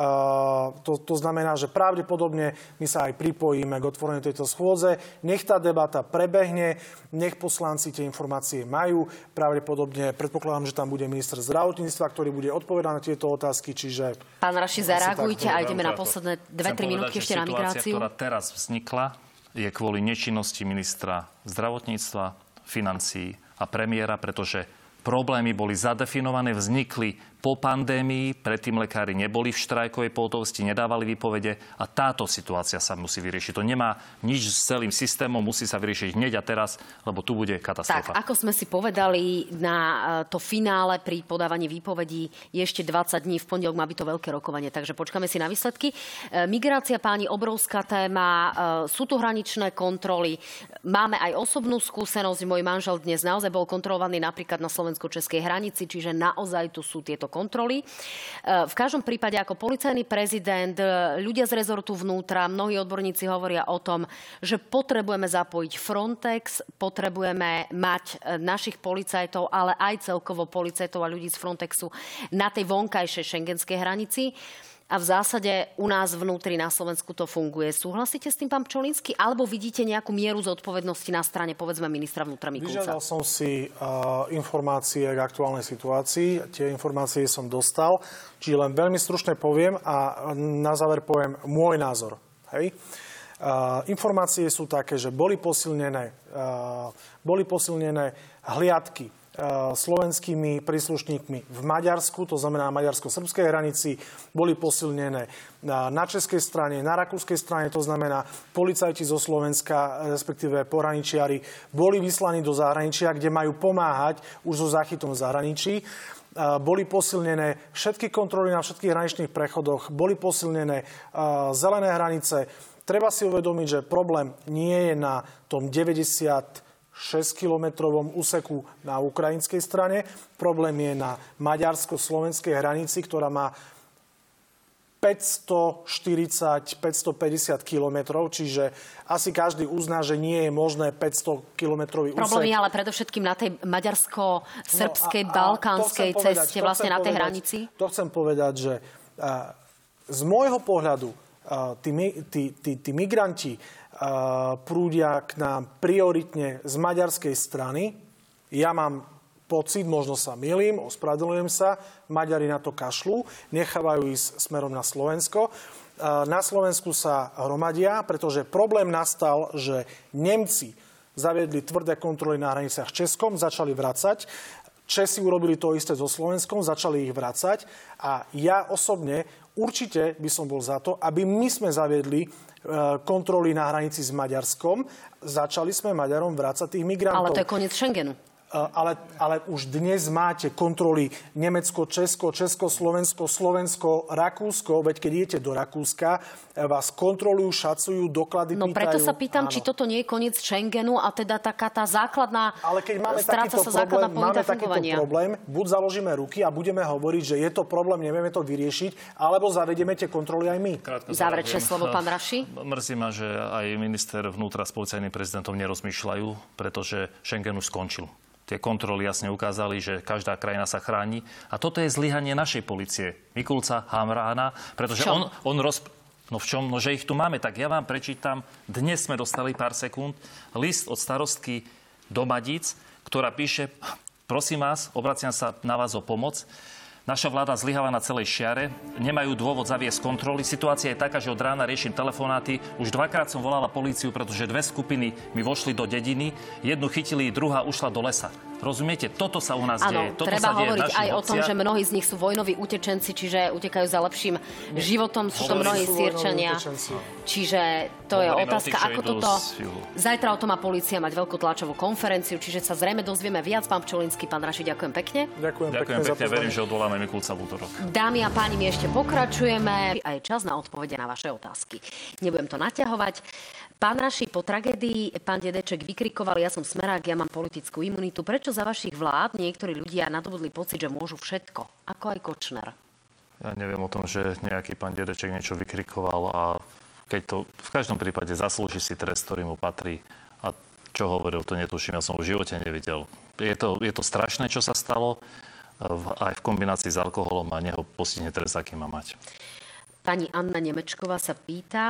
že pravdepodobne my sa aj pripojíme k otvoreniu tejto schôdze. Nech tá debata prebehne, nech poslanci tie informácie majú. Pravdepodobne predpokladám, že tam bude minister zdravotníctva, ktorý bude odpovedať na tieto otázky. Čiže pán Raši, zareagujte a ideme na posledné 2-3 minútky ešte na migráciu. Situácia, ktorá teraz vznikla, je kvôli nečinnosti ministra zdravotníctva, financií a premiéra, pretože problémy boli zadefinované, vznikli po pandémii, predtým lekári neboli v štrajkovej pohotovosti, nedávali výpovede a táto situácia sa musí vyriešiť. To nemá nič s celým systémom, musí sa vyriešiť hneď a teraz, lebo tu bude katastrofa. Tak, ako sme si povedali, na to finále pri podávaní výpovedí je ešte 20 dní, v pondelok má byť to veľké rokovanie, takže počkáme si na výsledky. Migrácia, páni, obrovská téma, sú tu hraničné kontroly, máme aj osobnú skúsenosť, môj manžel dnes naozaj bol kontrolovaný napríklad na slovensko-českej hranici, čiže naozaj tu sú tieto kontroly. V každom prípade ako policajný prezident, ľudia z rezortu vnútra, mnohí odborníci hovoria o tom, že potrebujeme zapojiť Frontex, potrebujeme mať našich policajtov, ale aj celkovo policajtov a ľudí z Frontexu na tej vonkajšej šengenskej hranici. A v zásade u nás vnútri na Slovensku to funguje. Súhlasíte s tým, pán Pčolinský? Alebo vidíte nejakú mieru zodpovednosti na strane, povedzme, ministra vnútra Mikulca? Vyžiadal som si informácie k aktuálnej situácii. Tie informácie som dostal. Čiže len veľmi stručne poviem a na záver poviem môj názor. Hej? Informácie sú také, že boli posilnené hliadky slovenskými príslušníkmi v Maďarsku, to znamená na maďarsko-srbskej hranici, boli posilnené na českej strane, na rakúskej strane, to znamená policajti zo Slovenska, respektíve pohraničiari, boli vyslaní do zahraničia, kde majú pomáhať už so záchytom v zahraničí. Boli posilnené všetky kontroly na všetkých hraničných prechodoch, boli posilnené zelené hranice. Treba si uvedomiť, že problém nie je na tom 6-kilometrovom úseku na ukrajinskej strane. Problém je na maďarsko-slovenskej hranici, ktorá má 540-550 kilometrov, čiže asi každý uzná, že nie je možné 500-kilometrový úsek. Problém je ale predovšetkým na tej maďarsko-srbskej, balkánskej ceste, vlastne na tej hranici. To chcem povedať, že z môjho pohľadu tí migranti prúdia k nám prioritne z maďarskej strany. Ja mám pocit, možno sa mýlim, ospravedlňujem sa, Maďari na to kašľú, nechávajú ísť smerom na Slovensko. Na Slovensku sa hromadia, pretože problém nastal, že Nemci zaviedli tvrdé kontroly na hraniciach s Českom, začali vracať. Česi urobili to isté so Slovenskom, začali ich vracať. A ja osobne určite by som bol za to, aby my sme zaviedli kontroly na hranici s Maďarskom. Začali sme Maďarom vrácať tých migrantov. Ale to je koniec Schengenu. Ale už dnes máte kontroly Nemecko, Česko, Československo, Slovensko, Rakúsko. Veď keď idete do Rakúska, vás kontrolujú, šacujú, doklady pýtajú. No preto sa pýtam, áno. či toto nie je koniec Schengenu a teda taká tá základná... Ale keď máme takýto problém, buď založíme ruky a budeme hovoriť, že je to problém, nevieme to vyriešiť, alebo zavedieme tie kontroly aj my. Záverečné slovo, pán Raši. Mrzí ma, že aj minister vnútra s policajným prezidentom nerozmýšľajú, pretože Schengen už skončil. Tie kontroly jasne ukázali, že každá krajina sa chráni. A toto je zlyhanie našej policie. Mikulca, Hamrána, pretože No v čom? No, že ich tu máme. Tak ja vám prečítam. Dnes sme dostali pár sekúnd list od starostky Domadíc, ktorá píše: prosím vás, obraciam sa na vás o pomoc. Naša vláda zlyháva na celej šiare, nemajú dôvod zaviesť kontroly. Situácia je taká, že od rána riešim telefonáty. Už dvakrát som volala políciu, pretože dve skupiny mi vošli do dediny. Jednu chytili, druhá ušla do lesa. Rozumiete? Toto sa u nás deje. Toto treba sa deje hovoriť aj o tom, že mnohí z nich sú vojnoví utečenci, čiže utekajú za lepším životom. Sú to mnohí Sýrčania. Čiže to je otázka, ako toto... Zajtra o tom má polícia mať veľkú tlačovú konferenciu, čiže sa zrejme dozvieme viac. Pán Pčolinský, pán Raši, ďakujem pekne. Ďakujem pekne. Verím, že odvoláme Mikulca v útorok. Dámy a páni, my ešte pokračujeme. A je čas na odpovede na vaše otázky. Nebudem to naťahovať. Pán Raši, po tragédii pán Dedeček vykrikoval: ja som smerák, ja mám politickú imunitu. Prečo za vašich vlád niektorí ľudia nadobudli pocit, že môžu všetko? Ako aj Kočner. Ja neviem o tom, že nejaký pán Dedeček niečo vykrikoval a keď to v každom prípade zaslúži si trest, ktorý mu patrí. A čo hovoril, to netuším, ja som v živote nevidel. Je to strašné, čo sa stalo, aj v kombinácii s alkoholom, a neho postihne trest, aký má mať. Pani Anna Nemečková sa pýta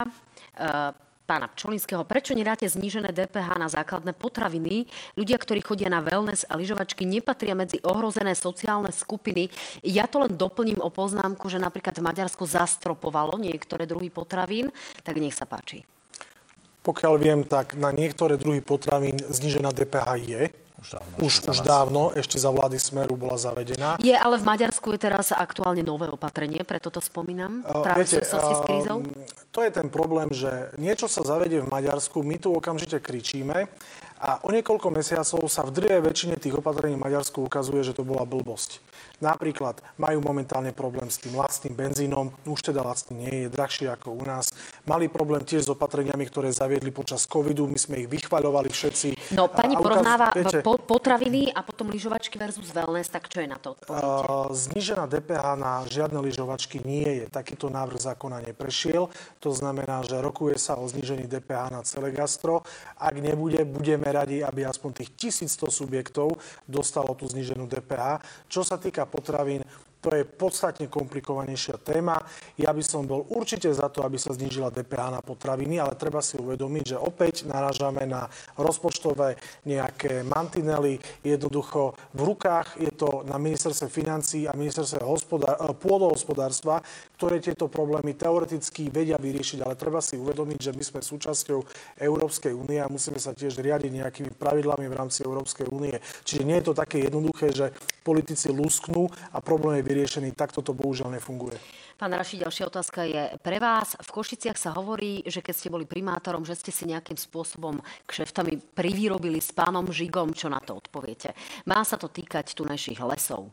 pána Pčolinského, prečo nedáte znížené DPH na základné potraviny? Ľudia, ktorí chodia na wellness a lyžovačky, nepatria medzi ohrozené sociálne skupiny. Ja to len doplním o poznámku, že napríklad v Maďarsku zastropovalo niektoré druhy potravín, tak nech sa páči. Pokiaľ viem, tak na niektoré druhy potravín znížená DPH je. Už dávno, ešte za vlády Smeru bola zavedená. Je, ale v Maďarsku je teraz aktuálne nové opatrenie, preto to spomínam. Práve v súvislosti s krízou. To je ten problém, že niečo sa zavedie v Maďarsku, my tu okamžite kričíme a o niekoľko mesiacov sa v drvivej väčšine tých opatrení v Maďarsku ukazuje, že to bola blbosť. Napríklad majú momentálne problém s tým lacným benzínom, už teda lacný nie je, drahšie ako u nás. Mali problém tiež s opatreniami, ktoré zaviedli počas covidu, my sme ich vychvaľovali všetci. No, pani porovnáva potraviny a potom lyžovačky versus wellness, tak čo je na to odpovedíte? Znížená DPH na žiadne lyžovačky nie je. Takýto návrh zákona neprešiel. To znamená, že rokuje sa o znížení DPH na celé gastro. Ak nebude, budeme radi, aby aspoň tých 1100 subjektov dostalo tú zníženú DPH. Čo sa týka potravín, to je podstatne komplikovanejšia téma. Ja by som bol určite za to, aby sa znížila DPH na potraviny, ale treba si uvedomiť, že opäť narážame na rozpočtové nejaké mantinely. Jednoducho v rukách je to na ministerstve financií a ministerstve pôdohospodárstva, ktoré tieto problémy teoreticky vedia vyriešiť, ale treba si uvedomiť, že my sme súčasťou Európskej únie a musíme sa tiež riadiť nejakými pravidlami v rámci Európskej únie. Čiže nie je to také jednoduché, že politici lusknú a problém je vyriešený. Takto to bohužiaľ nefunguje. Pán Raši, ďalšia otázka je pre vás. V Košiciach sa hovorí, že keď ste boli primátorom, že ste si nejakým spôsobom kšeftami privyrobili s pánom Žigom. Čo na to odpoviete? Má sa to týkať tunajších lesov?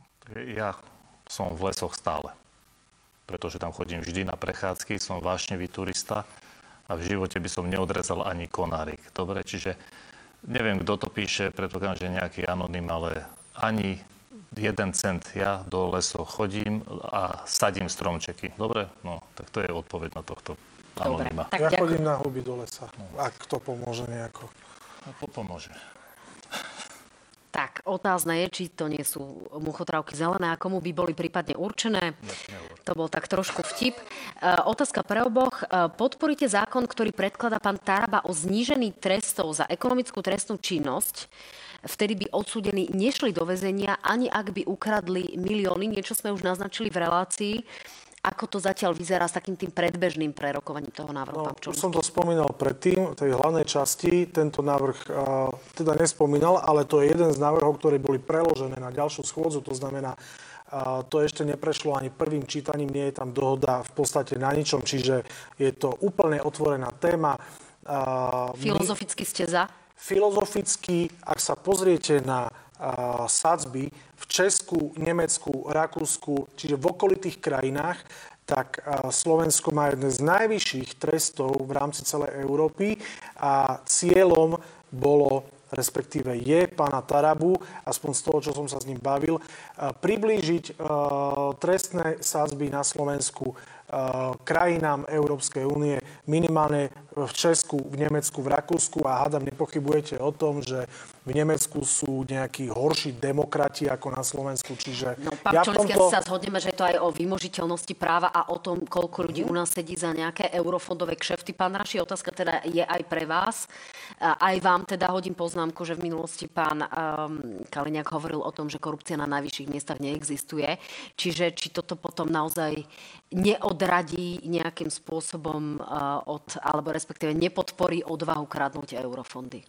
Ja som v lesoch stále. Pretože tam chodím vždy na prechádzky, som vášnevý turista a v živote by som neodrezal ani konárik. Dobre, čiže neviem, kto to píše, predpokladám, že nejaký anonym, ale ani 1 cent. Ja do lesov chodím a sadím stromčeky. Dobre? No, tak to je odpoveď na tohto anonyma. Ja chodím na huby do lesa. Ak to pomôže nejako. No, pomôže. Tak, otázne je, či to nie sú muchotrávky zelené a komu by boli prípadne určené. To bol tak trošku vtip. Otázka pre oboch. Podporíte zákon, ktorý predkladá pán Taraba o znížení trestov za ekonomickú trestnú činnosť? Vtedy by odsúdení nešli do väzenia, ani ak by ukradli milióny. Niečo sme už naznačili v relácii. Ako to zatiaľ vyzerá s takým tým predbežným prerokovaním toho návrhu? No, už som to spomínal predtým, v tej hlavnej časti. Tento návrh teda nespomínal, ale to je jeden z návrhov, ktoré boli preložené na ďalšiu schôdzu. To znamená, to ešte neprešlo ani prvým čítaním, nie je tam dohoda v podstate na ničom, čiže je to úplne otvorená téma. Filozoficky ste za? Filozoficky, ak sa pozriete na sadzby v Česku, Nemecku, Rakúsku, čiže v okolitých krajinách, tak Slovensko má jeden z najvyšších trestov v rámci celej Európy a cieľom bolo, respektíve je pána Tarabu, aspoň z toho, čo som sa s ním bavil, priblížiť trestné sadzby na Slovensku krajinám Európskej únie, minimálne v Česku, v Nemecku, v Rakúsku a hádam, nepochybujete o tom, že v Nemecku sú nejakí horší demokrati ako na Slovensku, čiže... No, pán Čolinský, sa zhodneme, že je to aj o vymožiteľnosti práva a o tom, koľko ľudí u nás sedí za nejaké eurofondové kšefty. Pán Raši, otázka teda je aj pre vás. Aj vám teda hodím poznámku, že v minulosti pán Kaliňák hovoril o tom, že korupcia na najvyšších miestach neexistuje. Čiže či toto potom naozaj neodradí nejakým spôsobom alebo respektíve nepodporí odvahu kradnúť eurofondy?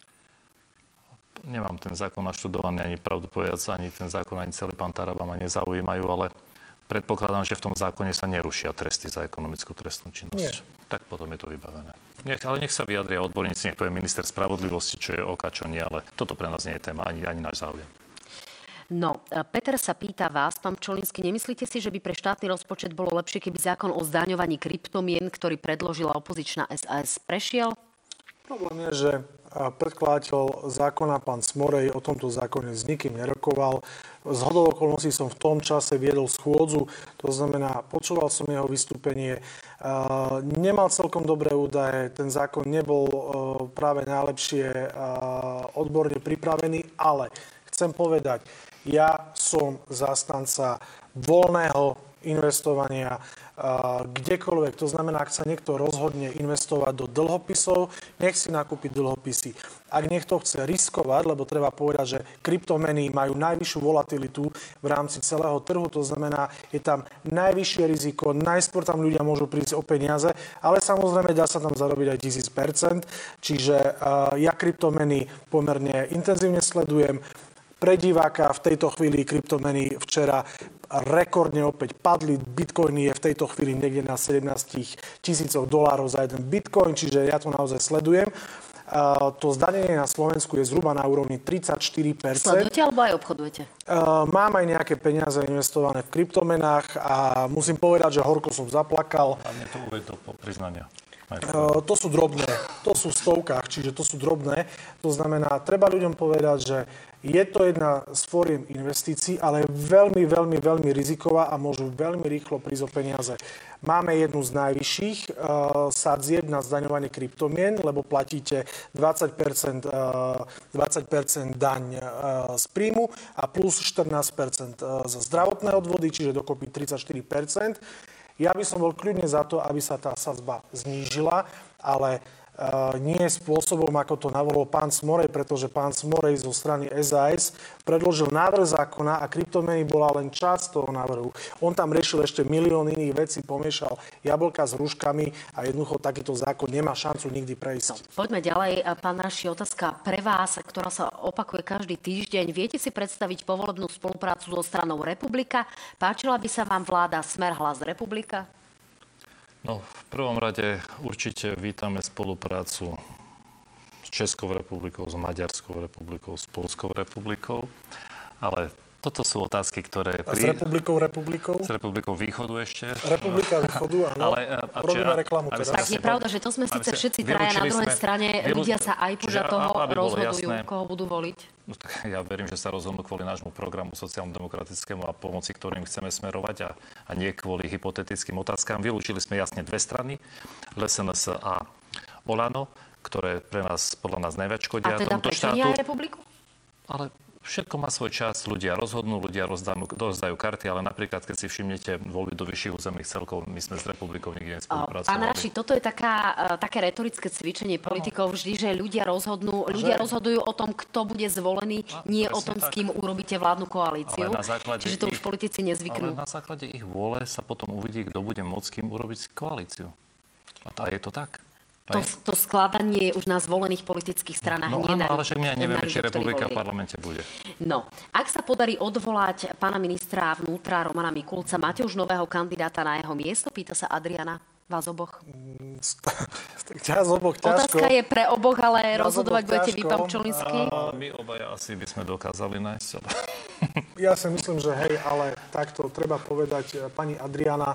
Nemám ten zákon naštudovaný, ani pravdu povedať, ani ten zákon, ani celý pán Taraba ma nezaujímajú, ale predpokladám, že v tom zákone sa nerušia tresty za ekonomickú trestnú činnosť. Nie. Tak potom je to vybavené. Ale nech sa vyjadria odborníci, nech povie minister spravodlivosti, čo je oka, čo nie, ale toto pre nás nie je téma, ani náš záujem. No, Peter sa pýta vás, pán Čolinský, nemyslíte si, že by pre štátny rozpočet bolo lepšie, keby zákon o zdaňovaní kryptomien, ktorý predložila opozičná SAS, prešiel? Problém je, že predkladateľ zákona pán Smorej o tomto zákone s nikým nerokoval. Z hodou okolností som v tom čase viedol schôdzu, to znamená, počúval som jeho vystúpenie, nemal celkom dobré údaje, ten zákon nebol práve najlepšie odborne pripravený, ale chcem povedať, ja som zástanca voľného investovania kdekoľvek. To znamená, ak sa niekto rozhodne investovať do dlhopisov, nech si nakúpi dlhopisy. Ak niekto chce riskovať, lebo treba povedať, že kryptomeny majú najvyššiu volatilitu v rámci celého trhu, to znamená, je tam najvyššie riziko, najskôr tam ľudia môžu prísť o peniaze, ale samozrejme dá sa tam zarobiť aj 1000%, čiže ja kryptomeny pomerne intenzívne sledujem. Pre diváka v tejto chvíli kryptomeny včera rekordne opäť padli. Bitcoin je v tejto chvíli niekde na $17,000 za jeden bitcoin, čiže ja to naozaj sledujem. To zdanenie na Slovensku je zhruba na úrovni 34%. Sledujete alebo aj obchodujete? Mám aj nejaké peniaze investované v kryptomenách a musím povedať, že horko som zaplakal. A mne to uvedlo po priznania. To sú drobné, to sú v stovkách, čiže to sú drobné. To znamená, treba ľuďom povedať, že je to jedna z fóriem investícií, ale veľmi, veľmi, veľmi riziková a môžu veľmi rýchlo prísť o peniaze. Máme jednu z najvyšších sadzieb na zdaňovanie kryptomien, lebo platíte 20% daň z príjmu a plus 14% za zdravotné odvody, čiže dokopy 34%. Ja by som bol kľudne za to, aby sa tá sadzba znížila, ale nie spôsobom, ako to navrhol pán Smorej, pretože pán Smorej zo strany SAS predložil návrh zákona a kryptomeny bola len časť toho návrhu. On tam riešil ešte milión iných vecí, pomiešal jablka s hruškami a jednoducho takýto zákon nemá šancu nikdy prejsť. Poďme ďalej. Pán Raši, otázka pre vás, ktorá sa opakuje každý týždeň. Viete si predstaviť povolebnú spoluprácu so stranou Republika? Páčila by sa vám vláda Smer, Hlas, Republika? No, v prvom rade určite vítame spoluprácu s Českou republikou, s Maďarskou republikou, s Poľskou republikou, ale toto sú otázky, ktoré... A s republikou? S republikou východu ešte. Republika východu, áno. Robíme reklamu teraz. Tak je pravda, že to sme síce všetci traja na druhej strane. Ľudia sa aj podľa toho rozhodujú, koho budú voliť. No, tak ja verím, že sa rozhodnú kvôli nášmu programu sociálno-demokratickému a pomoci, ktorým chceme smerovať a nie kvôli hypotetickým otázkam. Vylúčili sme jasne dve strany, SNS a Olano, ktoré pre nás, podľa nás najviac škodia tomuto štátu. A teda prečo nie aj Republiku? Ale všetko má svoj čas, ľudia rozhodnú, ľudia rozdajú karty, ale napríklad, keď si všimnete voľby do vyšších územných celkov, my sme s Republikou nikdy nespolupracovali. Pán Raši, toto je také retorické cvičenie politikov vždy, že ľudia rozhodujú o tom, kto bude zvolený, nie o tom, s kým urobíte vládnu koalíciu. Čiže to už politici nezvyknú. Ale na základe ich vôle sa potom uvidí, kto bude môcť s kým urobiť koalíciu. A je to tak. To skladanie je už na zvolených politických stranách. No áno, ale však my nevieme, či Republika v parlamente bude. No, ak sa podarí odvolať pána ministra vnútra Romana Mikulca, máte už nového kandidáta na jeho miesto? Pýta sa Adriana. Vás oboch? Ťa z oboch ťažko. Otázka je pre oboch, ale rozhodovať budete vy, pán Čolinský. My obaja asi by sme dokázali nájsť. Ja si myslím, že hej, ale takto treba povedať, pani Adriana,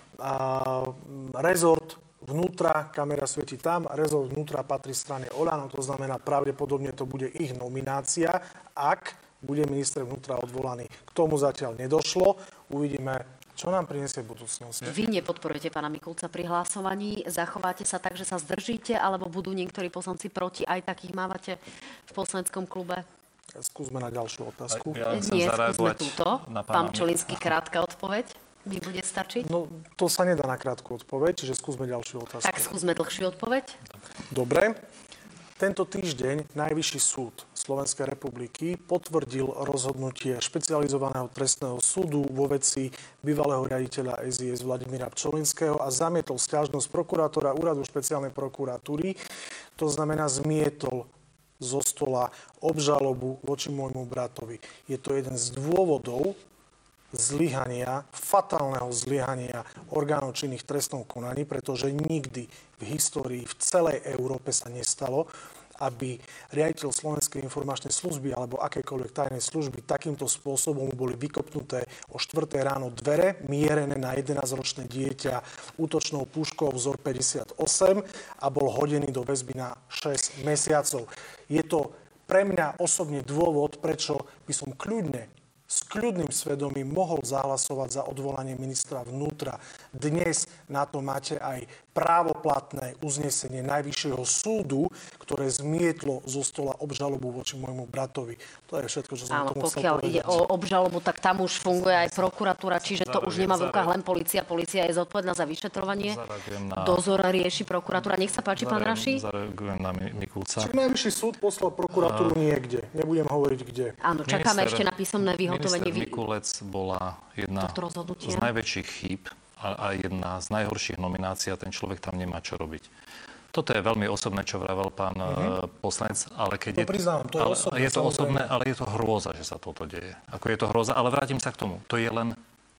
rezort vnútra, kamera svieti tam, rezort vnútra patrí strane Oľano, to znamená, pravdepodobne to bude ich nominácia, ak bude minister vnútra odvolaný. K tomu zatiaľ nedošlo, uvidíme, čo nám prinesie budúcnosť. Vy nepodporujete pána Mikulca pri hlasovaní, zachováte sa tak, že sa zdržíte, alebo budú niektorí poslanci proti, aj takých mávate v poslaneckom klube? Skúsme na ďalšiu otázku. Nie, skúsme túto. Pán Čolinský, krátka odpoveď. Mi bude stačiť? No, to sa nedá na krátku odpoveď, čiže skúsme ďalšiu otázku. Tak skúsme dlhšiu odpoveď. Dobre. Tento týždeň Najvyšší súd Slovenskej republiky potvrdil rozhodnutie špecializovaného trestného súdu vo veci bývalého riaditeľa SIS Vladimíra Pčolinského a zamietol sťažnosť prokurátora úradu špeciálnej prokuratúry. To znamená, zmietol zo stola obžalobu voči môjmu bratovi. Je to jeden z dôvodov zlyhania, fatálneho zlyhania orgánov činných v trestnom konaní, pretože nikdy v histórii v celej Európe sa nestalo, aby riaditeľ Slovenskej informačnej služby alebo akékoľvek tajnej služby takýmto spôsobom boli vykopnuté o 4 ráno dvere, mierené na 11-ročné dieťa útočnou puškou vzor 58 a bol hodený do väzby na 6 mesiacov. Je to pre mňa osobne dôvod, prečo by som s kľudným svedomím mohol zahlasovať za odvolanie ministra vnútra. Dnes na to máte aj právoplatné uznesenie Najvyššieho súdu, ktoré zmietlo zo stola obžalobu voči môjmu bratovi. To je všetko, čo som tomu chcel povedať. Pokiaľ ide o obžalobu, tak tam už funguje aj prokuratúra, čiže to už nemá v rukách len polícia. Polícia je zodpovedná za vyšetrovanie. Dozor rieši prokuratúra. Nech sa páči, pán Raši. Zareagujem na Mikulca. Čiže Najvyšší súd poslal prokuratúru niekde. Nebudem hovoriť kde. Áno, čakáme ešte na písomné vyhotovenie. Minister Mikulec bola jedna z najväčších chýb a jedna z najhorších nominácií a ten človek tam nemá čo robiť. Toto je veľmi osobné, čo vravel pán poslanec, ale keď je to osobné, ale je to hrôza, že sa toto deje. Ako je to hrôza, ale vrátim sa k tomu. To je len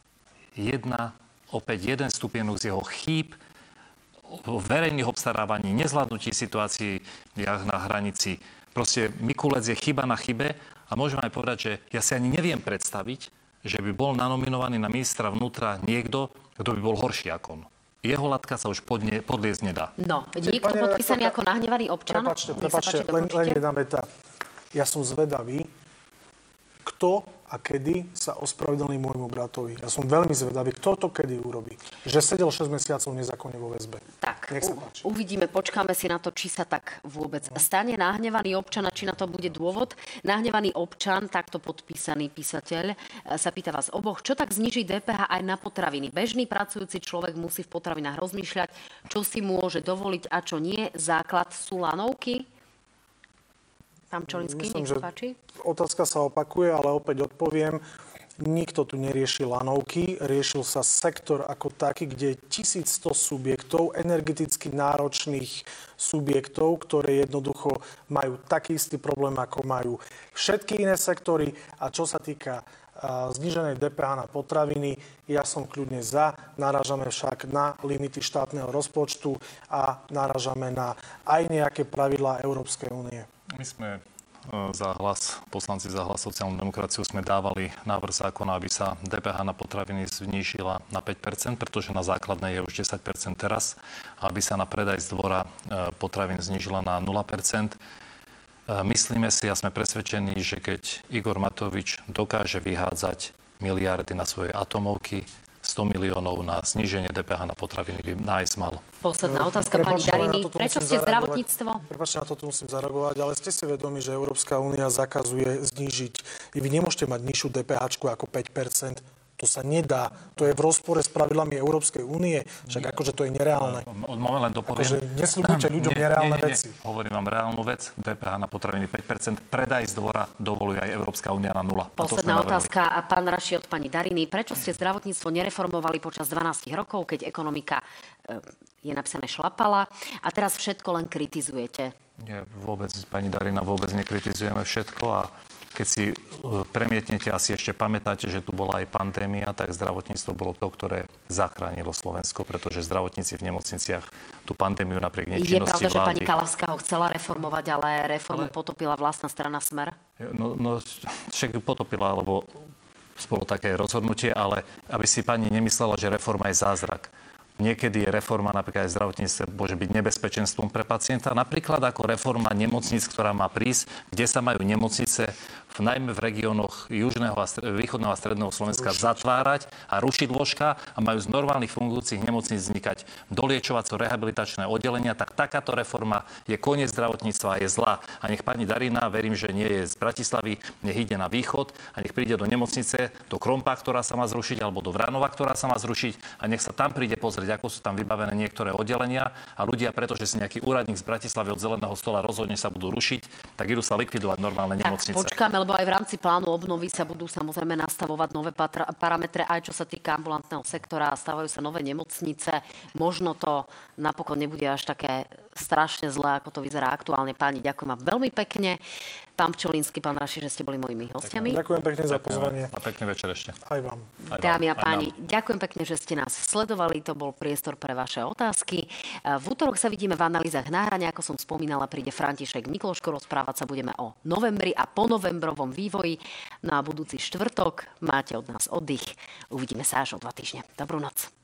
jeden stupienok z jeho chýb v verejných obstarávaní, nezvládnutí situácií na hranici. Proste Mikulec je chyba na chybe a môžem aj povedať, že ja si ani neviem predstaviť, že by bol nanominovaný na ministra vnútra niekto, kto by bol horší ako on. Jeho latka sa už podliezť nedá. No, niekto podpísaný ako nahnevaný občan. Prepáčte, len jedna veta. Ja som zvedavý, kto a kedy sa ospravedlní môjmu bratovi. Ja som veľmi zvedavý, kto to kedy urobí. Že sedel 6 mesiacov nezákonne vo väzbe. Tak, uvidíme, počkáme si na to, či sa tak vôbec stane. Nahnevaný občan, a či na to bude dôvod. Nahnevaný občan, takto podpísaný písateľ, sa pýta vás oboch, čo tak zniží DPH aj na potraviny. Bežný pracujúci človek musí v potravinách rozmýšľať, čo si môže dovoliť a čo nie. Základ sú lanovky. Pán Čolinský, nech sa páči. Otázka sa opakuje, ale opäť odpoviem. Nikto tu nerieši lanovky, riešil sa sektor ako taký, kde je 1100 subjektov, energeticky náročných subjektov, ktoré jednoducho majú taký istý problém, ako majú všetky iné sektory. A čo sa týka zníženej DPH na potraviny, ja som kľudne za. Narážame však na limity štátneho rozpočtu a narážame na aj nejaké pravidlá Európskej únie. My sme poslanci za Hlas sociálnu demokraciu sme dávali návrh zákona, aby sa DPH na potraviny znížila na 5%, pretože na základnej je už 10% teraz, aby sa na predaj z dvora potravín znížila na 0%. Myslíme si a sme presvedčení, že keď Igor Matovič dokáže vyhádzať miliardy na svoje atomovky, 100 miliónov na zníženie DPH na potraviny by nájsť mal. Posledná otázka pani Dariny. Prečo ste zdravotníctvo? Prepáčte, na toto musím zareagovať, ale ste si vedomi, že Európska únia zakazuje znížiť. Vy nemôžete mať nižšiu DPH ako 5%. To sa nedá. To je v rozpore s pravidlami Európskej únie. Však akože to je nereálne. Len dopoviem. Akože nesľubujte ľuďom nereálne veci. Hovorím vám reálnu vec. DPH na potraviny 5%. Predaj z dvora dovoluje aj Európska únia na 0. Posledná otázka. A pán Raši od pani Dariny. Prečo ste zdravotníctvo nereformovali počas 12 rokov, keď ekonomika je napísané šlapala a teraz všetko len kritizujete? Nie, vôbec, pani Darina, vôbec nekritizujeme všetko a keď si premietnete, asi ešte pamätáte, že tu bola aj pandémia, tak zdravotníctvo bolo to, ktoré zachránilo Slovensko, pretože zdravotníci v nemocniciach tú pandémiu napriek nečinnosti vlády... Je pravda, že pani Kalavská ho chcela reformovať, ale reformu potopila vlastná strana Smer? No však ju potopila, lebo bolo také rozhodnutie, ale aby si pani nemyslela, že reforma je zázrak. Niekedy je reforma napríklad aj zdravotníctve môže byť nebezpečenstvom pre pacienta. Napríklad ako reforma nemocníc, ktorá má prísť, kde sa majú nemocnice najmä v regiónoch južného a východného a stredného Slovenska zatvárať a rušiť lôžka a majú z normálnych fungujúcich nemocníc vznikať doliečovaco-rehabilitačné oddelenia, tak takáto reforma je koniec zdravotníctva a je zlá. A nech pani Darina, verím, že nie je z Bratislavy, nech ide na východ a nech príde do nemocnice, do Krompa, ktorá sa má zrušiť, alebo do Vranova, ktorá sa má zrušiť a nech sa tam príde pozrieť, ako sú tam vybavené niektoré oddelenia a ľudia, pretože si nejaký úradník z Bratislavy od zeleného stola rozhodne sa budú rušiť, tak idú sa likvidovať normálne nemocnice. Počkáme, lebo aj v rámci plánu obnovy sa budú samozrejme nastavovať nové parametre, aj čo sa týka ambulantného sektora, stavajú sa nové nemocnice. Možno to napokon nebude až také strašne zlé, ako to vyzerá aktuálne. Páni, ďakujem vám veľmi pekne. Pán Pčolínsky, pán Raši, že ste boli mojimi hostiami. Ďakujem pekne za pozvanie. A pekný večer ešte. Aj vám. Dámy a páni, ďakujem pekne, že ste nás sledovali. To bol priestor pre vaše otázky. V útorok sa vidíme v analýzach na hrane. Ako som spomínala, príde František Mikloško. Rozprávať sa budeme o novembri a po novembrovom vývoji. No a budúci štvrtok máte od nás oddych. Uvidíme sa až o 2 týždne. Dobrú noc.